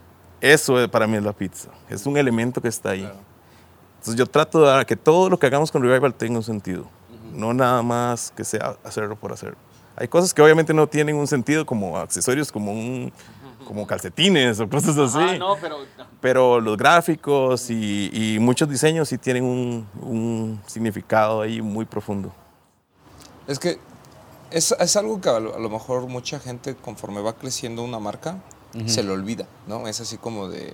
Eso para mí es la pizza, es un elemento que está ahí. Entonces yo trato de dar que todo lo que hagamos con Revival tenga un sentido, no nada más que sea hacerlo por hacerlo. Hay cosas que obviamente no tienen un sentido, como accesorios, como calcetines o cosas así. No, Pero los gráficos y muchos diseños sí tienen un significado ahí muy profundo. Es que es algo que a lo mejor mucha gente, conforme va creciendo una marca, se le olvida, ¿no? Es así como de...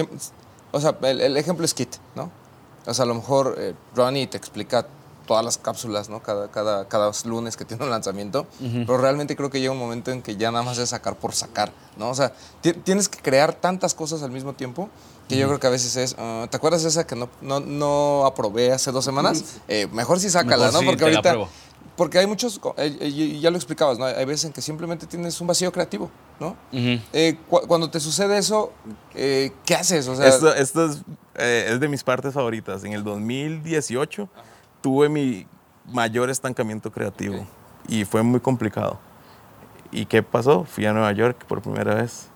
o sea, el ejemplo es Kit, ¿no? O sea, a lo mejor Ronnie te explica todas las cápsulas, ¿no? Cada lunes que tiene un lanzamiento, pero realmente creo que llega un momento en que ya nada más es sacar por sacar, ¿no? O sea, tienes que crear tantas cosas al mismo tiempo que yo creo que a veces es, ¿te acuerdas de esa que no aprobé hace 2 semanas? Mejor sí sácala, Mejor ¿no? sí, Porque te la ahorita... apruebo. Porque hay muchos, y ya lo explicabas, ¿no? Hay veces en que simplemente tienes un vacío creativo, ¿no? Cuando te sucede eso, ¿qué haces? O sea, Esto es de mis partes favoritas. En el 2018 tuve mi mayor estancamiento creativo y fue muy complicado. ¿Y qué pasó? Fui a Nueva York por primera vez.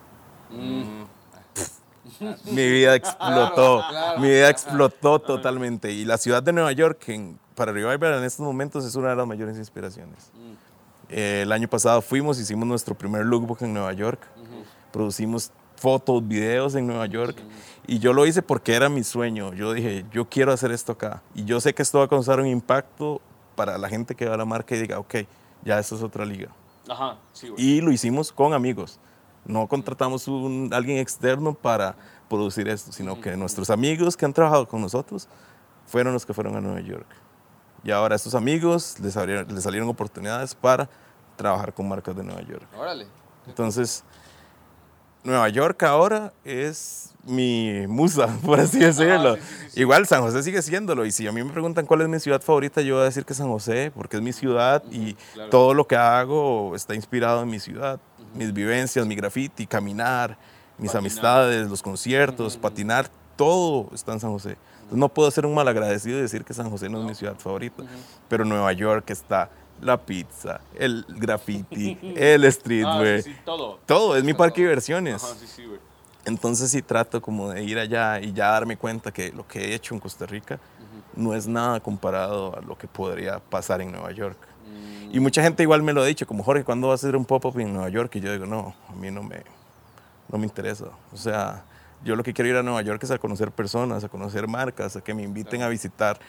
Mi vida explotó, mi vida explotó totalmente. Y la ciudad de Nueva York, para Revival en estos momentos, es una de las mayores inspiraciones. El año pasado hicimos nuestro primer lookbook en Nueva York, producimos fotos, videos en Nueva York, y yo lo hice porque era mi sueño. Yo dije, yo quiero hacer esto acá, y yo sé que esto va a causar un impacto para la gente que va a la marca y diga, ok, ya esto es otra liga. Ajá, sí, güey. Y lo hicimos con amigos. No contratamos a alguien externo para producir esto, sino que nuestros amigos que han trabajado con nosotros fueron los que fueron a Nueva York. Y ahora a estos amigos les salieron oportunidades para trabajar con marcas de Nueva York. órale. Entonces, Nueva York ahora es mi musa, por así decirlo. Igual San José sigue siéndolo. Y si a mí me preguntan cuál es mi ciudad favorita, yo voy a decir que San José, porque es mi ciudad y todo lo que hago está inspirado en mi ciudad. Mis vivencias, mi graffiti, caminar, mis amistades, los conciertos, patinar, todo está en San José. Entonces, no puedo ser un malagradecido y decir que San José no es mi ciudad favorita. Pero Nueva York está la pizza, el graffiti, el streetwear. Todo. Todo, es mi parque de diversiones. Güey. Entonces sí trato como de ir allá y ya darme cuenta que lo que he hecho en Costa Rica no es nada comparado a lo que podría pasar en Nueva York. Y mucha gente igual me lo ha dicho, como Jorge, ¿cuándo vas a hacer un pop-up en Nueva York? Y yo digo, no, a mí no me interesa. O sea, yo lo que quiero ir a Nueva York es a conocer personas, a conocer marcas, a que me inviten a visitar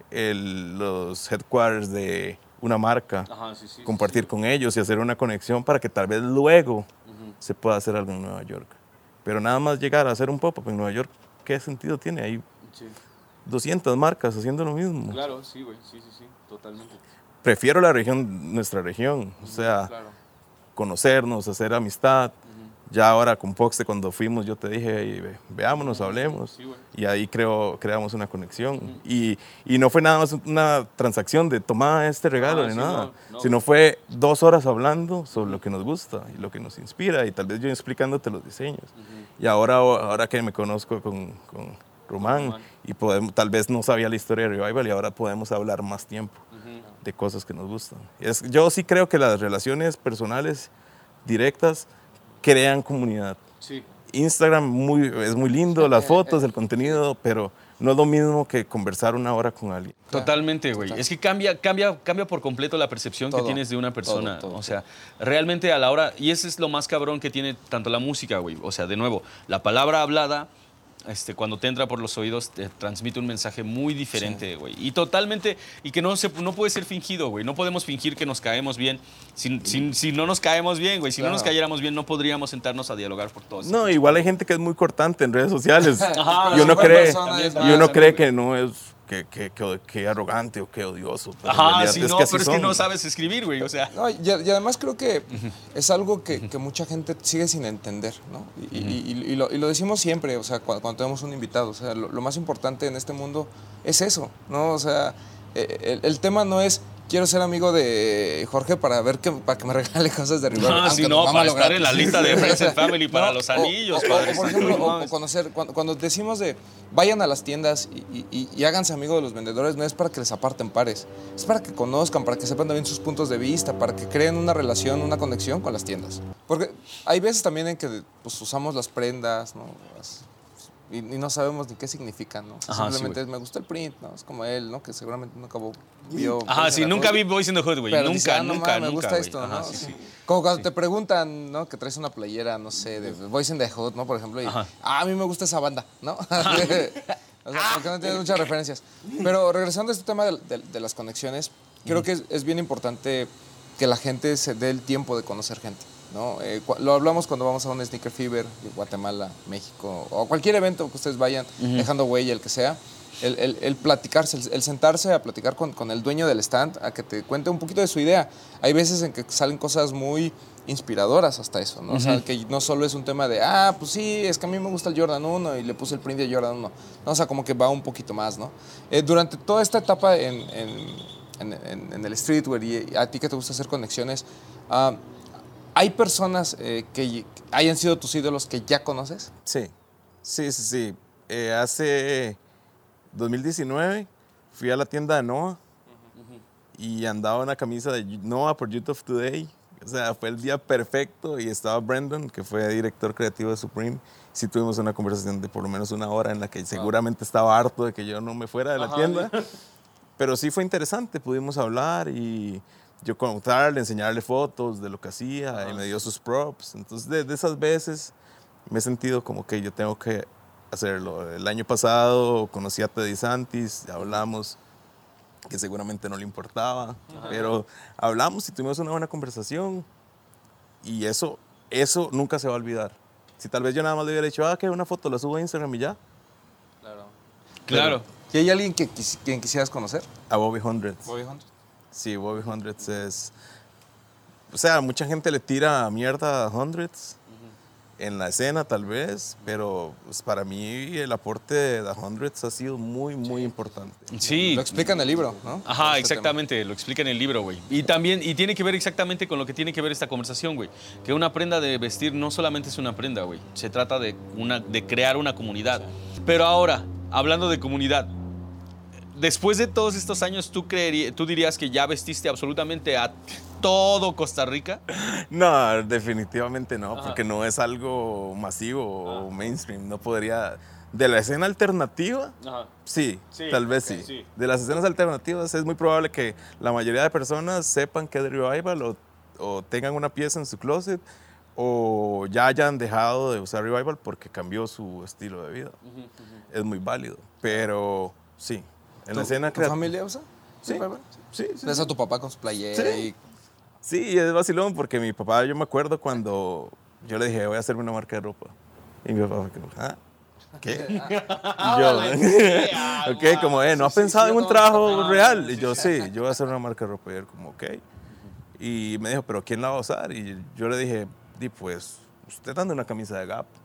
los headquarters de una marca, compartir con ellos y hacer una conexión para que tal vez luego se pueda hacer algo en Nueva York. Pero nada más llegar a hacer un pop-up en Nueva York, ¿qué sentido tiene? Hay 200 marcas haciendo lo mismo. Claro, sí, güey, sí, totalmente. Prefiero nuestra región, o sea, conocernos, hacer amistad. Ya ahora con Poxte, cuando fuimos, yo te dije, hey, veámonos, hablemos. Y ahí creamos una conexión. Y no fue nada más una transacción de toma este regalo ni nada, sino fue 2 horas hablando sobre lo que nos gusta y lo que nos inspira. Y tal vez yo explicándote los diseños. Y ahora que me conozco con Román y tal vez no sabía la historia de Revival y ahora podemos hablar más tiempo de cosas que nos gustan. Yo sí creo que las relaciones personales directas crean comunidad. Instagram es muy lindo, las fotos, el contenido, pero no es lo mismo que conversar 1 hora con alguien. Totalmente, güey. Es que cambia por completo la percepción que tienes de una persona. Todo. O sea, realmente a la hora, y ese es lo más cabrón que tiene tanto la música, güey. O sea, de nuevo, la palabra hablada, cuando te entra por los oídos, te transmite un mensaje muy diferente, güey. Y totalmente, y que no puede ser fingido, güey. No podemos fingir que nos caemos bien si no nos caemos bien, güey. Si no nos cayéramos bien, no podríamos sentarnos a dialogar por todos. No, igual hay gente que es muy cortante en redes sociales. Y uno cree que no es que arrogante o que odioso. Sí, no, pero es que no sabes escribir, güey. O sea. No, y además creo que es algo que mucha gente sigue sin entender, ¿no? Y lo decimos siempre, o sea, cuando tenemos un invitado. O sea, lo más importante en este mundo es eso, ¿no? O sea, el tema no es quiero ser amigo de Jorge para que me regale cosas de River. Si no, para estar en la lista de Friends and Family para los anillos, padre. Por ejemplo, conocer, cuando decimos de vayan a las tiendas y háganse amigos de los vendedores, no es para que les aparten pares, es para que conozcan, para que sepan también sus puntos de vista, para que creen una relación, una conexión con las tiendas. Porque hay veces también en que pues, usamos las prendas, ¿no? Y no sabemos ni qué significan, ¿no? Simplemente me gusta el print, ¿no? Es como él, ¿no? Que seguramente nunca vio. Nunca vi Boys in the Hood, güey. Nunca. Me gusta esto, ¿no? Como cuando te preguntan, ¿no? Que traes una playera, no sé, de Boys in the Hood, ¿no? Por ejemplo, y a mí me gusta esa banda, ¿no? O sea, porque no tienes muchas referencias. Pero regresando a este tema de las conexiones, creo que es bien importante que la gente se dé el tiempo de conocer gente, ¿no? Lo hablamos cuando vamos a un Sneaker Fever, Guatemala, México, o cualquier evento que ustedes vayan, dejando huella, el que sea, el platicarse, el sentarse a platicar con el dueño del stand, a que te cuente un poquito de su idea. Hay veces en que salen cosas muy inspiradoras hasta eso, ¿no? O sea, que no solo es un tema de, pues sí, es que a mí me gusta el Jordan 1 y le puse el print de Jordan 1. No, o sea, como que va un poquito más, ¿no? Durante toda esta etapa en el streetwear y a ti que te gusta hacer conexiones, ¿hay personas que hayan sido tus ídolos que ya conoces? Sí. Hace 2019 fui a la tienda de Noah y andaba una camisa de Noah por Youth of Today. O sea, fue el día perfecto y estaba Brandon, que fue director creativo de Supreme. Sí tuvimos una conversación de por lo menos 1 hora en la que seguramente estaba harto de que yo no me fuera de la tienda. Pero sí fue interesante, pudimos hablar y yo contarle, enseñarle fotos de lo que hacía y me dio sus props. Entonces, de esas veces me he sentido como que yo tengo que hacerlo. El año pasado conocí a Teddy Santis, hablamos, que seguramente no le importaba, pero hablamos y tuvimos una buena conversación y eso nunca se va a olvidar. Si tal vez yo nada más le hubiera dicho, que una foto la subo a Instagram y ya. Claro. ¿Y hay alguien quien quisieras conocer? A Bobby Hundreds. ¿Bobby Hundreds? Sí, Bobby Hundreds es... O sea, mucha gente le tira mierda a Hundreds, en la escena tal vez, pero pues, para mí el aporte de The Hundreds ha sido muy, muy importante. Sí. Lo explica en el libro, ¿no? Ajá, Este exactamente, lo explica en el libro, güey. Y también, y tiene que ver exactamente con lo que tiene que ver esta conversación, güey. Que una prenda de vestir no solamente es una prenda, güey. Se trata de crear una comunidad. Pero ahora, hablando de comunidad, después de todos estos años, ¿tú dirías que ya vestiste absolutamente a todo Costa Rica? No, definitivamente no, Ajá. porque no es algo masivo o mainstream. No podría. De la escena alternativa, Ajá. sí, Sí, tal vez ok, sí. sí. De las escenas alternativas es muy probable que la mayoría de personas sepan que es Revival o tengan una pieza en su closet o ya hayan dejado de usar Revival porque cambió su estilo de vida. Es muy válido, pero sí. En la escena ¿Tu familia usa? Sí, ¿Revival? sí, sí. ¿Ves a tu papá con su playera Sí. y Sí, es vacilón porque mi papá, yo me acuerdo cuando yo le dije, voy a hacerme una marca de ropa. Y mi papá fue como, ¿ah? ¿Qué? Y yo, ok, como, ¿no ha pensado en un trabajo real? Y yo, sí, yo voy a hacer una marca de ropa. Y él como, ok. Y me dijo, ¿pero quién la va a usar? Y yo le dije, pues, usted anda una camisa de Gap.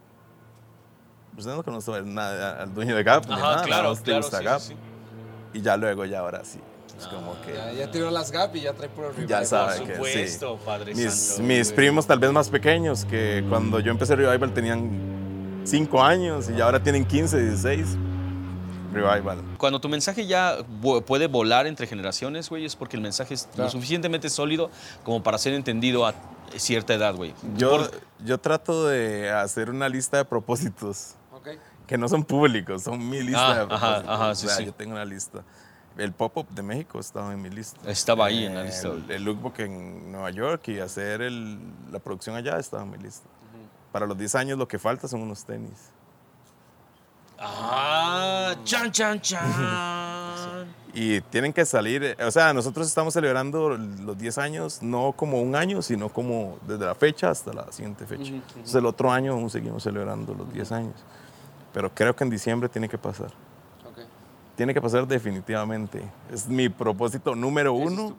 Usted no conoce nada al dueño de Gap. ni Ajá, nada, claro, nada más te claro, gusta sí, Gap. sí, sí. Y ya luego, ya ahora sí. Es como que... ya tiró las Gap y ya trae puro Revival? Ya sabe Por que supuesto, sí. Padre Mis, Santo, mis güey. primos tal vez más pequeños, que cuando yo empecé Revival tenían 5 años y ya ahora tienen 15, 16. Revival. Cuando tu mensaje ya puede volar entre generaciones, güey, es porque el mensaje es lo suficientemente sólido como para ser entendido a cierta edad, güey. Yo trato de hacer una lista de propósitos Ok. que no son públicos, son mi lista de propósitos. ajá, sí, o sea, sí. yo tengo una lista. El pop-up de México estaba en mi lista. Estaba ahí en la lista, güey. El lookbook en Nueva York y hacer la producción allá estaba en mi lista. Para los 10 años lo que falta son unos tenis. Chan, chan, chan. Y tienen que salir, o sea, nosotros estamos celebrando los 10 años no como un año, sino como desde la fecha hasta la siguiente fecha. Entonces el otro año aún seguimos celebrando los 10 años. Pero creo que en diciembre tiene que pasar. Tiene que pasar definitivamente. Es mi propósito número uno.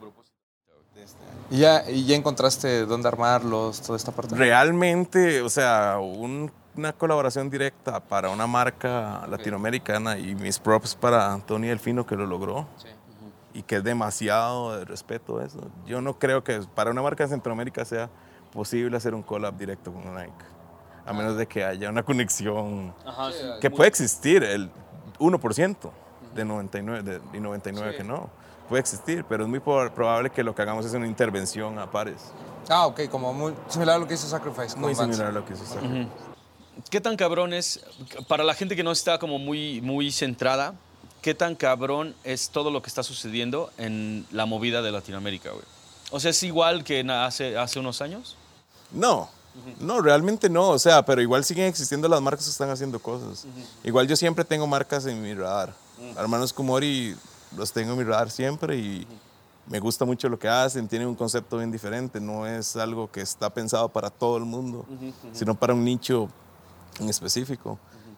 ¿Y ya encontraste dónde armarlos, toda esta parte? Realmente, o sea, una colaboración directa para una marca latinoamericana y mis props para Tony Delfino que lo logró. Sí. Y que es demasiado de respeto eso. Yo no creo que para una marca de Centroamérica sea posible hacer un collab directo con Nike. A menos de que haya una conexión Ajá, sí. que puede existir, el 1% de 99, y 99 que no. Puede existir, pero es muy probable que lo que hagamos es una intervención a pares. Ok, como muy similar a lo que hizo Sacrifice. Muy con Vans. similar a lo que hizo Sacrifice. ¿Qué tan cabrón es, para la gente que no está como muy centrada, qué tan cabrón es todo lo que está sucediendo en la movida de Latinoamérica, güey? O sea, ¿es igual que hace unos años? No, no, realmente no. O sea, pero igual siguen existiendo las marcas que están haciendo cosas. Igual yo siempre tengo marcas en mi radar. Hermanos Kumori los tengo en mi radar siempre y me gusta mucho lo que hacen. Tienen un concepto bien diferente. No es algo que está pensado para todo el mundo, sino para un nicho en específico.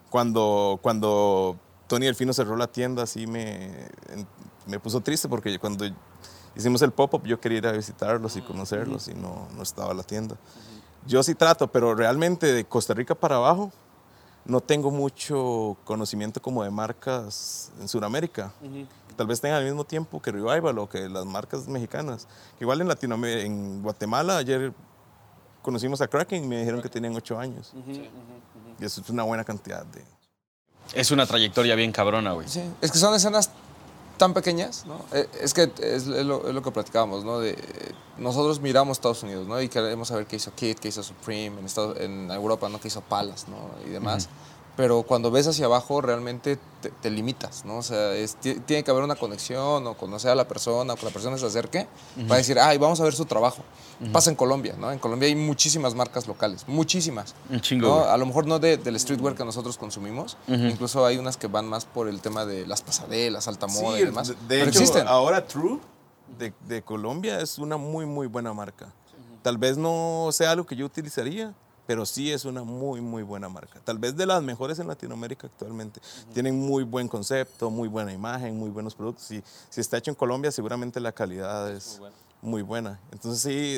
Cuando Tony Delfino cerró la tienda, sí me puso triste porque cuando hicimos el pop-up yo quería ir a visitarlos y conocerlos y no estaba la tienda. Yo sí trato, pero realmente de Costa Rica para abajo no tengo mucho conocimiento como de marcas en Sudamérica. Que tal vez tengan al mismo tiempo que Revival o que las marcas mexicanas. Que igual en Latinoamérica, en Guatemala, ayer conocimos a Kraken y me dijeron que tenían 8 años. Y eso es una buena cantidad de... Es una trayectoria bien cabrona, güey. Sí, es que son escenas tan pequeñas, ¿no? Es que es lo que platicábamos, ¿no? Nosotros miramos Estados Unidos, ¿no? Y queremos saber qué hizo Kid, qué hizo Supreme, en Europa, ¿no? Qué hizo Palace, ¿no? Y demás. Pero cuando ves hacia abajo, realmente te limitas, ¿no? O sea, tiene que haber una conexión o conocer a la persona, o que la persona se acerque para decir, vamos a ver su trabajo. Pasa en Colombia, ¿no? En Colombia hay muchísimas marcas locales, muchísimas. Un chingo, ¿no? güey. A lo mejor no del streetwear que nosotros consumimos, incluso hay unas que van más por el tema de las pasarelas, alta moda y demás. De Pero hecho, existen. ahora True de Colombia es una muy, muy buena marca. Tal vez no sea algo que yo utilizaría, pero sí es una muy, muy buena marca. Tal vez de las mejores en Latinoamérica actualmente. Tienen muy buen concepto, muy buena imagen, muy buenos productos. Y si está hecho en Colombia, seguramente la calidad es muy buena. Entonces sí,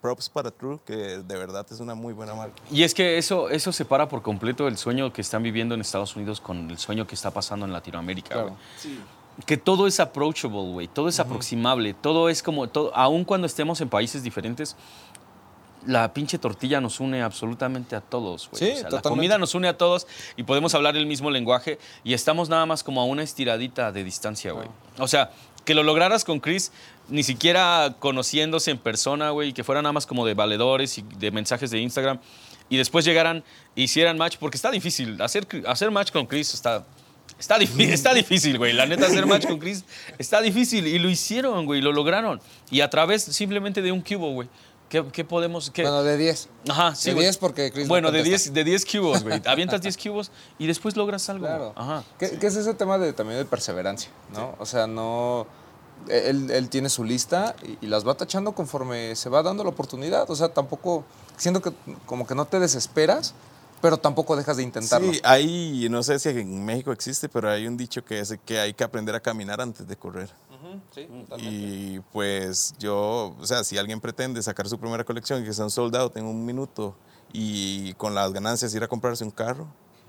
props para True, que de verdad es una muy buena marca. Y es que eso separa por completo el sueño que están viviendo en Estados Unidos con el sueño que está pasando en Latinoamérica, Claro. güey. Sí. Que todo es approachable, güey. Todo es aproximable. Todo es como... Aun cuando estemos en países diferentes, la pinche tortilla nos une absolutamente a todos, güey. Sí, O sea, la totalmente. comida nos une a todos y podemos hablar el mismo lenguaje y estamos nada más como a una estiradita de distancia, güey. O sea, que lo lograras con Chris, ni siquiera conociéndose en persona, güey, que fuera nada más como de valedores y de mensajes de Instagram y después llegaran e hicieran match, porque está difícil. Hacer match con Chris está difícil, güey. La neta, hacer match con Chris está difícil. Y lo hicieron, güey. Lo lograron. Y a través simplemente de un cubo, güey. ¿Qué podemos...? Bueno, de 10. Ajá, sí, de güey. 10 porque Chris Bueno, no de contesta. 10 cubos, güey. Avientas 10 cubos y después logras algo. Claro. Ajá. ¿Qué es ese tema también de perseverancia, ¿no? Sí. O sea, no... Él tiene su lista y las va tachando conforme se va dando la oportunidad. O sea, tampoco... Siento que como que no te desesperas, pero tampoco dejas de intentarlo. Sí, hay, no sé si en México existe, pero hay un dicho que es que hay que aprender a caminar antes de correr. Sí, totalmente. Y pues yo, o sea, si alguien pretende sacar su primera colección y que sea un sold out en un minuto y con las ganancias ir a comprarse un carro,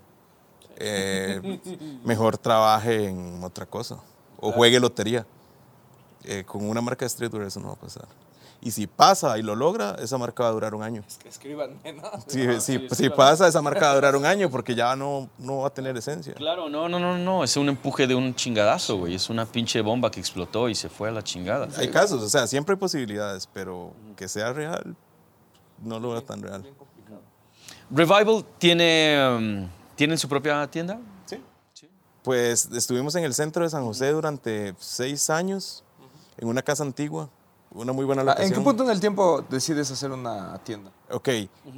mejor trabaje en otra cosa o juegue lotería. Con una marca de streetwear eso no va a pasar. Y si pasa y lo logra, esa marca va a durar un año. Es que escríbanme, ¿no? Si pasa, esa marca va a durar un año porque ya no va a tener esencia. Claro, no. Es un empuje de un chingadazo, güey. Es una pinche bomba que explotó y se fue a la chingada. Hay casos, o sea, siempre hay posibilidades, pero que sea real, no lo veo tan real. Revival ¿tienen su propia tienda? Sí. Pues estuvimos en el centro de San José durante 6 años, en una casa antigua, una muy buena locación. ¿En qué punto en el tiempo decides hacer una tienda? Ok.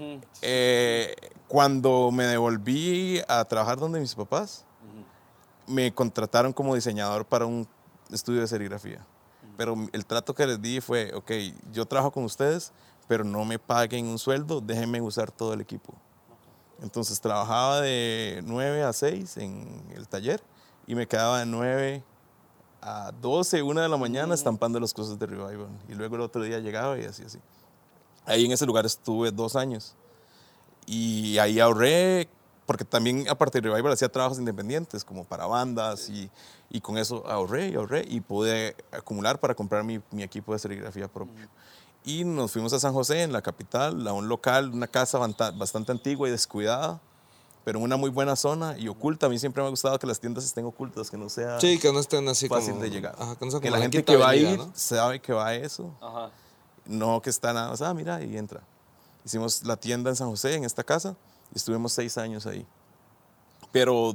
Cuando me devolví a trabajar donde mis papás, me contrataron como diseñador para un estudio de serigrafía. Pero el trato que les di fue, ok, yo trabajo con ustedes, pero no me paguen un sueldo, déjenme usar todo el equipo. Entonces trabajaba de 9 a 6 en el taller y me quedaba de 9 a 12, 1 de la mañana estampando las cosas de Revival. Y luego el otro día llegaba y así. Ahí en ese lugar estuve 2 años. Y ahí ahorré, porque también aparte de Revival hacía trabajos independientes, como para bandas, y con eso ahorré y pude acumular para comprar mi equipo de serigrafía propio. Y nos fuimos a San José, en la capital, a un local, una casa bastante antigua y descuidada, pero en una muy buena zona y oculta. A mí siempre me ha gustado que las tiendas estén ocultas, que no sea Sí, que no estén así fácil como... de llegar. Ajá, que no sea Que como la la gente Quinta que va a Avenida, ir ¿no? sabe que va a eso. Ajá. No que está nada más, mira, y entra. Hicimos la tienda en San José, en esta casa, y estuvimos 6 años ahí. Pero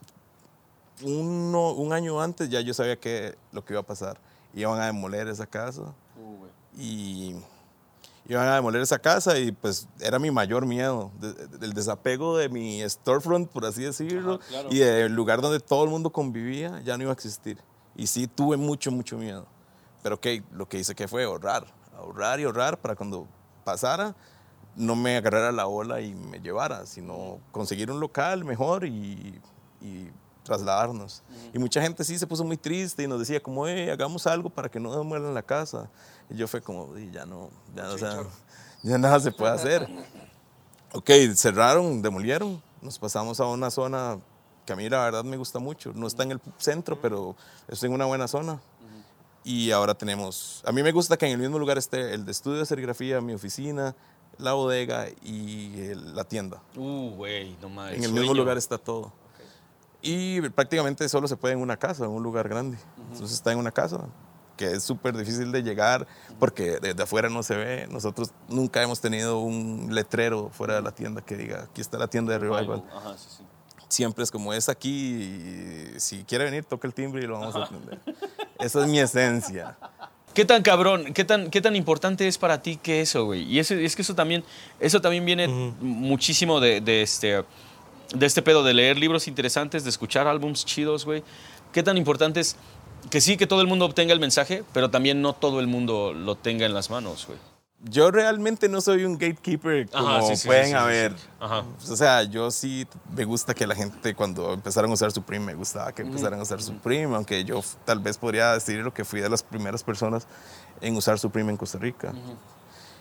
un año antes ya yo sabía lo que iba a pasar. Iban a demoler esa casa. Y iban a demoler esa casa y pues era mi mayor miedo, el desapego de mi storefront, por así decirlo, Ajá, claro. y del lugar donde todo el mundo convivía, ya no iba a existir. Y sí tuve mucho miedo. Pero okay, lo que hice que fue ahorrar para cuando pasara, no me agarrara la ola y me llevara, sino conseguir un local mejor y trasladarnos. Y mucha gente sí se puso muy triste y nos decía como, hagamos algo para que no demuelan la casa. Y yo fue como, ya nada se puede hacer. Ok, cerraron, demolieron, nos pasamos a una zona que a mí la verdad me gusta mucho. No está en el centro, pero está en una buena zona. Y ahora tenemos, a mí me gusta que en el mismo lugar esté el de estudio de serigrafía, mi oficina, la bodega y la tienda. Güey, no mames. En el mismo lugar está todo. Y prácticamente solo se puede en una casa, en un lugar grande. Entonces está en una casa, que es súper difícil de llegar porque desde afuera no se ve. Nosotros nunca hemos tenido un letrero fuera de la tienda que diga, aquí está la tienda de Revival. Ajá, sí. Siempre es como, es aquí, y si quiere venir, toca el timbre y lo vamos a atender. Esa es mi esencia. ¿Qué tan cabrón, qué tan importante es para ti que eso, güey? Y es que eso también viene muchísimo de este pedo de leer libros interesantes, de escuchar álbums chidos, güey. ¿Qué tan importante es que sí, que todo el mundo obtenga el mensaje, pero también no todo el mundo lo tenga en las manos, güey? Yo realmente no soy un gatekeeper como pueden haber. Sí. Ajá. O sea, yo sí me gusta que la gente cuando empezaron a usar Supreme, me gustaba que empezaran a usar Supreme, aunque yo tal vez podría decir lo que fui de las primeras personas en usar Supreme en Costa Rica.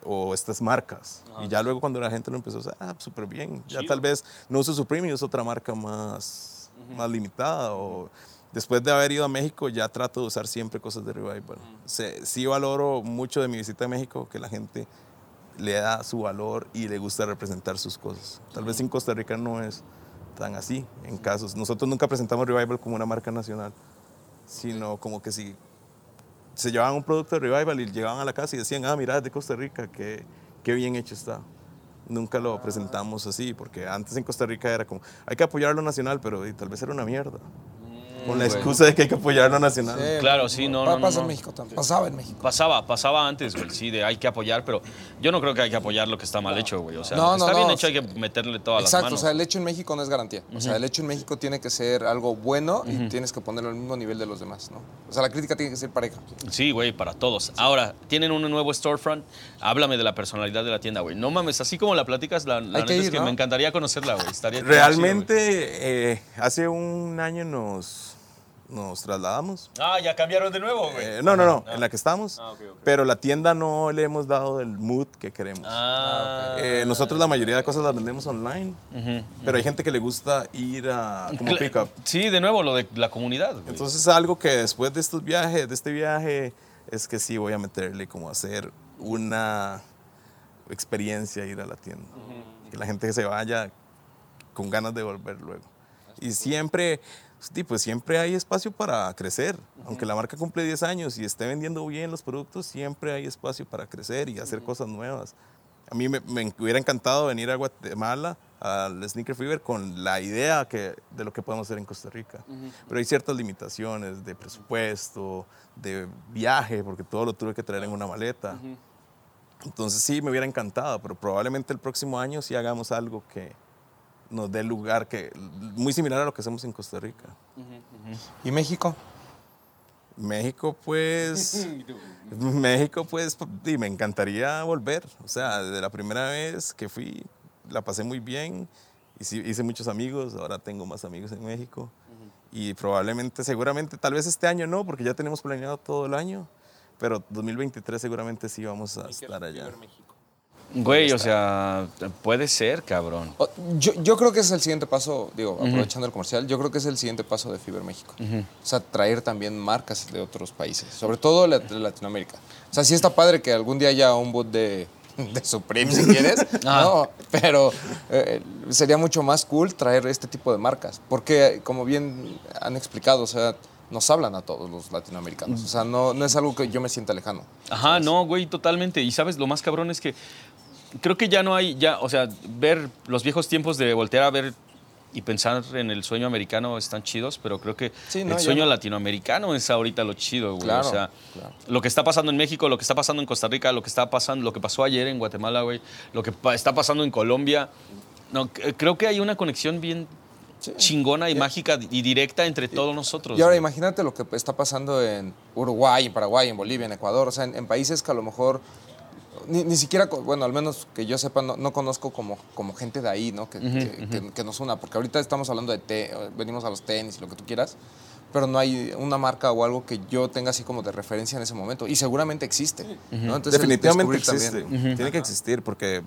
o estas marcas. Y ya luego cuando la gente lo empezó a usar, súper bien. Ya tal vez no uso Supreme y uso otra marca más limitada. O después de haber ido a México, ya trato de usar siempre cosas de Revival. Sí valoro mucho de mi visita a México que la gente le da su valor y le gusta representar sus cosas. Tal vez en Costa Rica no es tan así, en casos. Nosotros nunca presentamos Revival como una marca nacional, sino como que si se llevaban un producto de Revival y llegaban a la casa y decían, mira, es de Costa Rica, qué bien hecho está. Nunca lo presentamos así, porque antes en Costa Rica era como, hay que apoyar lo nacional, pero tal vez era una mierda. Con la excusa de que hay que apoyar lo nacional. Sí, Claro, sí, no. Pasa en México también. Pasaba en México. Pasaba antes, güey, sí, de hay que apoyar, pero yo no creo que hay que apoyar lo que está mal hecho, güey. O sea, No, lo que está no, bien no. hecho hay que meterle todas las Exacto, manos. o sea, el hecho en México no es garantía. O sea, el hecho en México tiene que ser algo bueno y tienes que ponerlo al mismo nivel de los demás, ¿no? O sea, la crítica tiene que ser pareja. Sí, güey, para todos. Ahora, tienen un nuevo storefront. Háblame de la personalidad de la tienda, güey. No mames, así como la platicas, la neta que es ir, que ¿no? me encantaría conocerla, güey. Estaría chido, Realmente, hace un año nos trasladamos. güey. Ya cambiaron de nuevo, güey. No, en la que estamos. Ok. Pero la tienda no le hemos dado el mood que queremos. Nosotros la mayoría de cosas las vendemos online, pero hay gente que le gusta ir a como pick-up. Sí, de nuevo, lo de la comunidad, güey. Entonces algo que después de este viaje, es que sí voy a meterle como hacer una experiencia ir a la tienda. Que la gente se vaya con ganas de volver luego. Y siempre hay espacio para crecer. Aunque la marca cumple 10 años y esté vendiendo bien los productos, siempre hay espacio para crecer y hacer cosas nuevas. A mí me hubiera encantado venir a Guatemala, al Sneaker Fever, con la idea de lo que podemos hacer en Costa Rica. Pero hay ciertas limitaciones de presupuesto, de viaje, porque todo lo tuve que traer en una maleta. Entonces sí, me hubiera encantado, pero probablemente el próximo año sí hagamos algo que nos dé lugar muy similar a lo que hacemos en Costa Rica. ¿Y México? México, pues, y me encantaría volver. O sea, desde la primera vez que fui, la pasé muy bien. Hice muchos amigos, ahora tengo más amigos en México. Y seguramente, tal vez este año no, porque ya tenemos planeado todo el año. Pero 2023 seguramente sí vamos a estar allá. Güey, o sea, puede ser, cabrón. Yo creo que es el siguiente paso, aprovechando el comercial, yo creo que es el siguiente paso de Fiber México. O sea, traer también marcas de otros países, sobre todo de Latinoamérica. O sea, sí está padre que algún día haya un boot de Supreme, si quieres, no, pero sería mucho más cool traer este tipo de marcas, porque como bien han explicado, o sea, nos hablan a todos los latinoamericanos. O sea, no es algo que yo me sienta lejano. Ajá, no, güey, totalmente. Y sabes, lo más cabrón es que creo que ya no hay, o sea, ver los viejos tiempos de voltear a ver y pensar en el sueño americano están chidos, pero creo que el sueño latinoamericano es ahorita lo chido, güey. Claro, o sea, claro. Lo que está pasando en México, lo que está pasando en Costa Rica, lo que pasó ayer en Guatemala, güey, lo que está pasando en Colombia. No, creo que hay una conexión bien chingona y mágica y directa entre todos nosotros. Y ahora imagínate lo que está pasando en Uruguay, en Paraguay, en Bolivia, en Ecuador, o sea, en países que a lo mejor ni siquiera, bueno, al menos que yo sepa, no conozco como gente de ahí, ¿no? Que nos una, porque ahorita estamos hablando venimos a los tenis y lo que tú quieras, pero no hay una marca o algo que yo tenga así como de referencia en ese momento, y seguramente existe, ¿no? Entonces, definitivamente existe, también. tiene que existir, porque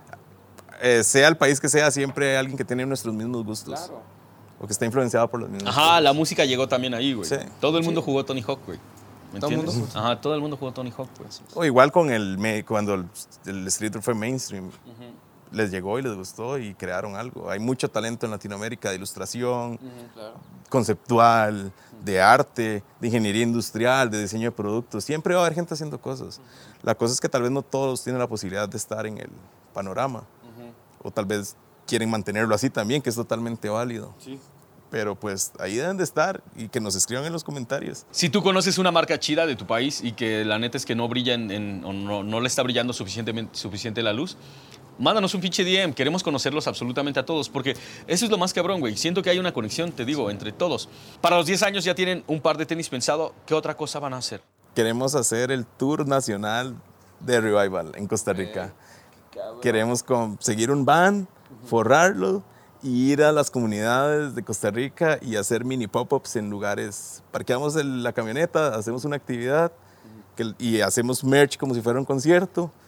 sea el país que sea, siempre hay alguien que tiene nuestros mismos gustos. Claro. O que está influenciado por los mismos Ajá, gustos. la música llegó también ahí, güey. Sí. Todo el mundo jugó Tony Hawk, güey. ¿Me ¿Todo el entiendes? mundo? Ajá, todo el mundo jugó Tony Hawk, güey. O igual con cuando el streetwear fue mainstream, les llegó y les gustó y crearon algo. Hay mucho talento en Latinoamérica de ilustración, conceptual, de arte, de ingeniería industrial, de diseño de productos. Siempre va a haber gente haciendo cosas. La cosa es que tal vez no todos tienen la posibilidad de estar en el panorama. O tal vez quieren mantenerlo así también, que es totalmente válido. Sí. Pero pues ahí deben de estar y que nos escriban en los comentarios. Si tú conoces una marca chida de tu país y que la neta es que no brilla o no le está brillando suficiente la luz, mándanos un pinche DM. Queremos conocerlos absolutamente a todos, porque eso es lo más cabrón, güey. Siento que hay una conexión, te digo, entre todos. Para los 10 años ya tienen un par de tenis pensado. ¿Qué otra cosa van a hacer? Queremos hacer el tour nacional de Revival en Costa Rica. Queremos conseguir un van, forrarlo y ir a las comunidades de Costa Rica y hacer mini pop-ups en lugares. Parqueamos la camioneta, hacemos una actividad y hacemos merch como si fuera un concierto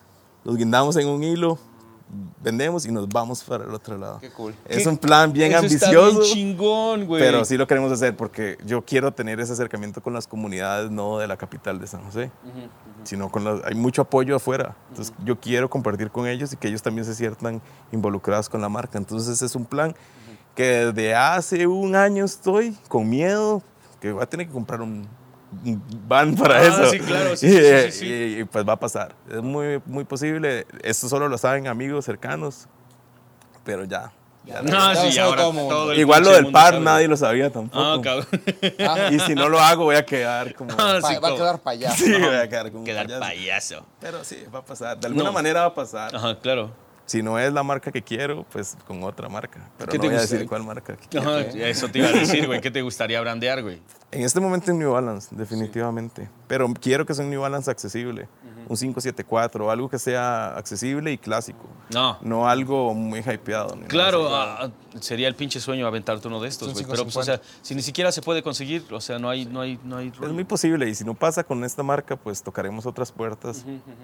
los guindamos en un hilo, vendemos y nos vamos para el otro lado. Qué cool. Es un plan bien Eso ambicioso. Está bien chingón, güey. Pero sí lo queremos hacer porque yo quiero tener ese acercamiento con las comunidades, no de la capital de San José, sino hay mucho apoyo afuera. Entonces yo quiero compartir con ellos y que ellos también se sientan involucrados con la marca. Entonces ese es un plan que desde hace un año estoy con miedo, que voy a tener que comprar un van para eso. Sí, claro, sí, y pues va a pasar. Es muy, muy posible. Esto solo lo saben amigos cercanos, pero ya. No, sí, sabe ahora todo mundo. todo el Igual lo pinche del mundo par sabe. nadie lo sabía tampoco. Ah, cabrón. Y si no lo hago voy a quedar como... Ah, sí, Va a como- quedar payaso. Sí, voy a quedar como un Quedar payaso. payaso. Pero sí, va a pasar. De alguna No. manera va a pasar. Ajá, claro. Si no es la marca que quiero, pues con otra marca. Pero ¿Qué no te voy a gusta? decir cuál marca que quiero. Ajá, eso te iba a decir, güey. ¿Qué te gustaría brandear, güey? En este momento en New Balance, definitivamente. Pero quiero que sea un New Balance accesible. Un 574, algo que sea accesible y clásico. No. No algo muy hypeado. ni nada Claro, así. sería el pinche sueño aventarte uno de estos, Un güey. Pero, pues, o 550. sea, si ni siquiera se puede conseguir, o sea, no hay Es muy posible. Y si no pasa con esta marca, pues tocaremos otras puertas.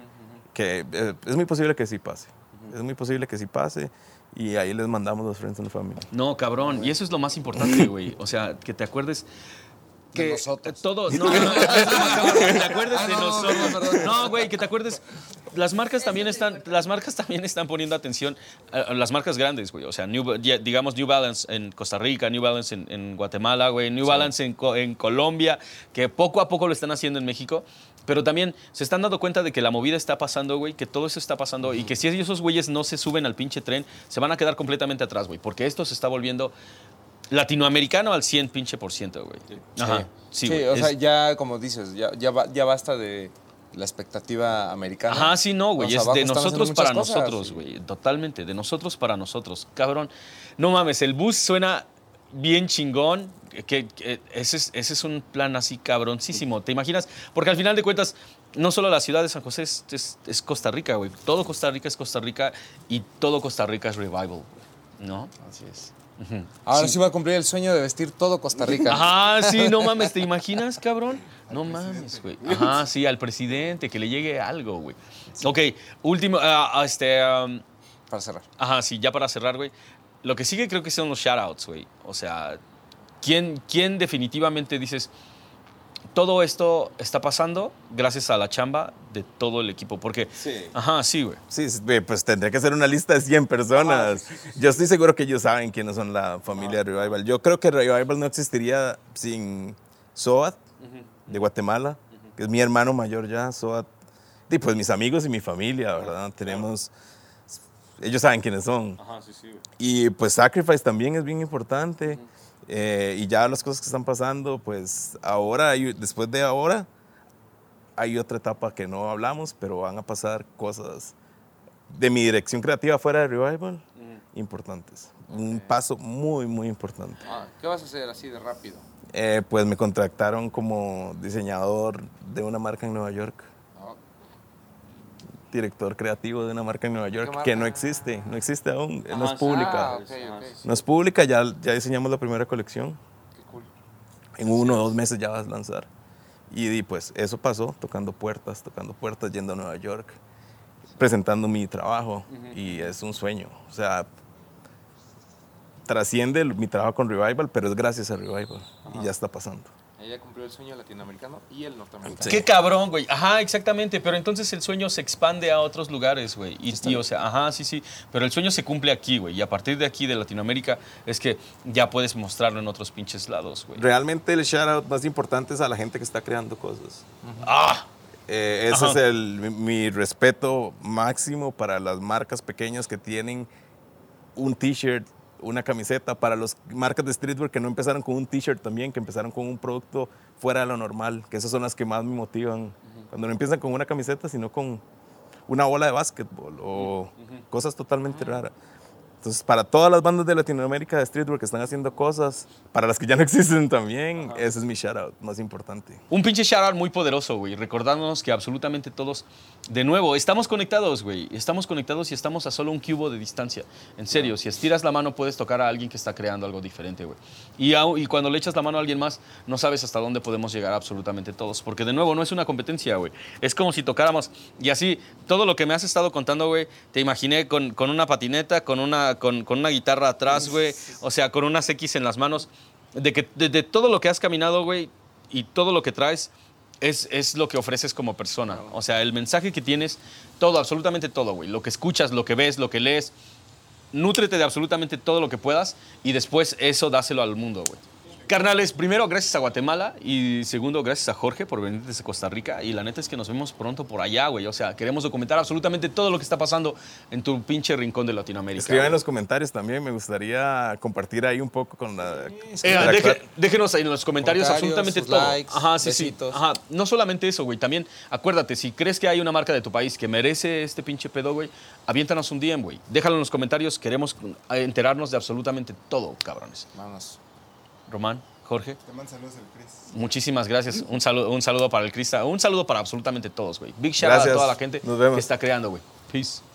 Que es muy posible que sí pase. Es muy posible que sí pase. Y ahí les mandamos los Friends and Family. No, cabrón. Y eso es lo más importante, güey. O sea, que te acuerdes que De nosotros. todo, no, es lo más cabrón, que te acuerdes de no, nosotros. perdón. No, güey, que te acuerdes. Las marcas también están poniendo atención a las marcas grandes, güey. O sea, digamos New Balance en Costa Rica, New Balance en Guatemala, güey, New Balance en Colombia, que poco a poco lo están haciendo en México. Pero también se están dando cuenta de que la movida está pasando, güey, que todo eso está pasando y que si esos güeyes no se suben al pinche tren, se van a quedar completamente atrás, güey, porque esto se está volviendo latinoamericano al 100 pinche por ciento, güey. Ajá. Sí, güey. o sea, ya como dices, ya basta de la expectativa americana. Ajá, sí, no, güey. Los Es abajo de están haciendo nosotros para muchas cosas, nosotros, y- güey. Totalmente, de nosotros para nosotros. Cabrón. No mames, el bus suena bien chingón. Ese es un plan así cabroncísimo. ¿Te imaginas? Porque al final de cuentas, no solo la ciudad de San José es Costa Rica, güey. Todo Costa Rica es Costa Rica y todo Costa Rica es revival, güey. ¿No? Así es. Ahora sí va a cumplir el sueño de vestir todo Costa Rica. Ajá, sí, no mames, ¿te imaginas, cabrón? No mames, güey. Ajá, sí, al presidente, que le llegue algo, güey. Ok, último, Para cerrar. ajá, sí, ya para cerrar, güey. Lo que sigue creo que son los shoutouts, güey. O sea, ¿quién definitivamente dices, todo esto está pasando gracias a la chamba de todo el equipo? Porque, Sí. ajá, sí, güey. Sí, pues tendría que ser una lista de 100 personas. Yo estoy seguro que ellos saben quiénes son la familia de Revival. Yo creo que Revival no existiría sin Soat, de Guatemala, que es mi hermano mayor ya, Soat. Y pues mis amigos y mi familia, ¿verdad? Tenemos... Ellos saben quiénes son. Ajá, sí, sí, güey. Y pues Sacrifice también es bien importante. Y ya las cosas que están pasando, pues ahora, después de ahora, hay otra etapa que no hablamos, pero van a pasar cosas de mi dirección creativa fuera de Revival importantes. Un paso muy, muy importante. ¿Qué vas a hacer así de rápido? Pues me contactaron como diseñador de una marca en Nueva York. Director creativo de una marca en Nueva York marca? que no existe aún, no es sí. pública. ok. No es pública, ya diseñamos la primera colección. Qué cool. En 1 o 2 meses ya vas a lanzar. Y pues eso pasó, tocando puertas, yendo a Nueva York, presentando mi trabajo. Y es un sueño. O sea, trasciende mi trabajo con Revival, pero es gracias a Revival. Y ya está pasando. Ella cumplió el sueño latinoamericano y el norteamericano. Qué cabrón, güey. Ajá, exactamente. Pero entonces el sueño se expande a otros lugares, güey. Y, o sea, ajá, sí, sí. Pero el sueño se cumple aquí, güey. Y a partir de aquí, de Latinoamérica, es que ya puedes mostrarlo en otros pinches lados, güey. Realmente el shout-out más importante es a la gente que está creando cosas. ¡Ah! Ese Ajá. es mi respeto máximo para las marcas pequeñas que tienen un t-shirt, una camiseta, para las marcas de streetwear que no empezaron con un t-shirt también, que empezaron con un producto fuera de lo normal, que esas son las que más me motivan. Cuando no empiezan con una camiseta, sino con una bola de básquetbol o cosas totalmente raras. Entonces, para todas las bandas de Latinoamérica de streetwear que están haciendo cosas, para las que ya no existen también, ese es mi shout-out más importante. Un pinche shout-out muy poderoso, güey. Recordándonos que absolutamente todos, de nuevo, estamos conectados, güey. Estamos conectados y estamos a solo un cubo de distancia. En serio, si estiras la mano puedes tocar a alguien que está creando algo diferente, güey. Y cuando le echas la mano a alguien más, no sabes hasta dónde podemos llegar absolutamente todos. Porque, de nuevo, no es una competencia, güey. Es como si tocáramos. Y así, todo lo que me has estado contando, güey, te imaginé con una patineta, con una guitarra atrás, güey. O sea, con unas X en las manos. De todo lo que has caminado, güey, y todo lo que traes es lo que ofreces como persona. O sea, el mensaje que tienes, todo, absolutamente todo, güey. Lo que escuchas, lo que ves, lo que lees. Nútrete de absolutamente todo lo que puedas y después eso dáselo al mundo, güey. Carnales, primero, gracias a Guatemala y segundo, gracias a Jorge por venir desde Costa Rica y la neta es que nos vemos pronto por allá, güey. O sea, queremos documentar absolutamente todo lo que está pasando en tu pinche rincón de Latinoamérica. Escriban en los comentarios también, me gustaría compartir ahí un poco con la... Déjenos ahí en los comentarios absolutamente todo. Likes, Ajá, sí, besitos. sí. Ajá, no solamente eso, güey. También, acuérdate, si crees que hay una marca de tu país que merece este pinche pedo, güey, aviéntanos un DM, güey. Déjalo en los comentarios, queremos enterarnos de absolutamente todo, cabrones. Vámonos. Román, Jorge. Te mando saludos al Chris. Muchísimas gracias. Un saludo para el Crista. Un saludo para absolutamente todos, güey. Big shout out a Gracias. toda la gente Nos vemos. que está creando, güey. Peace.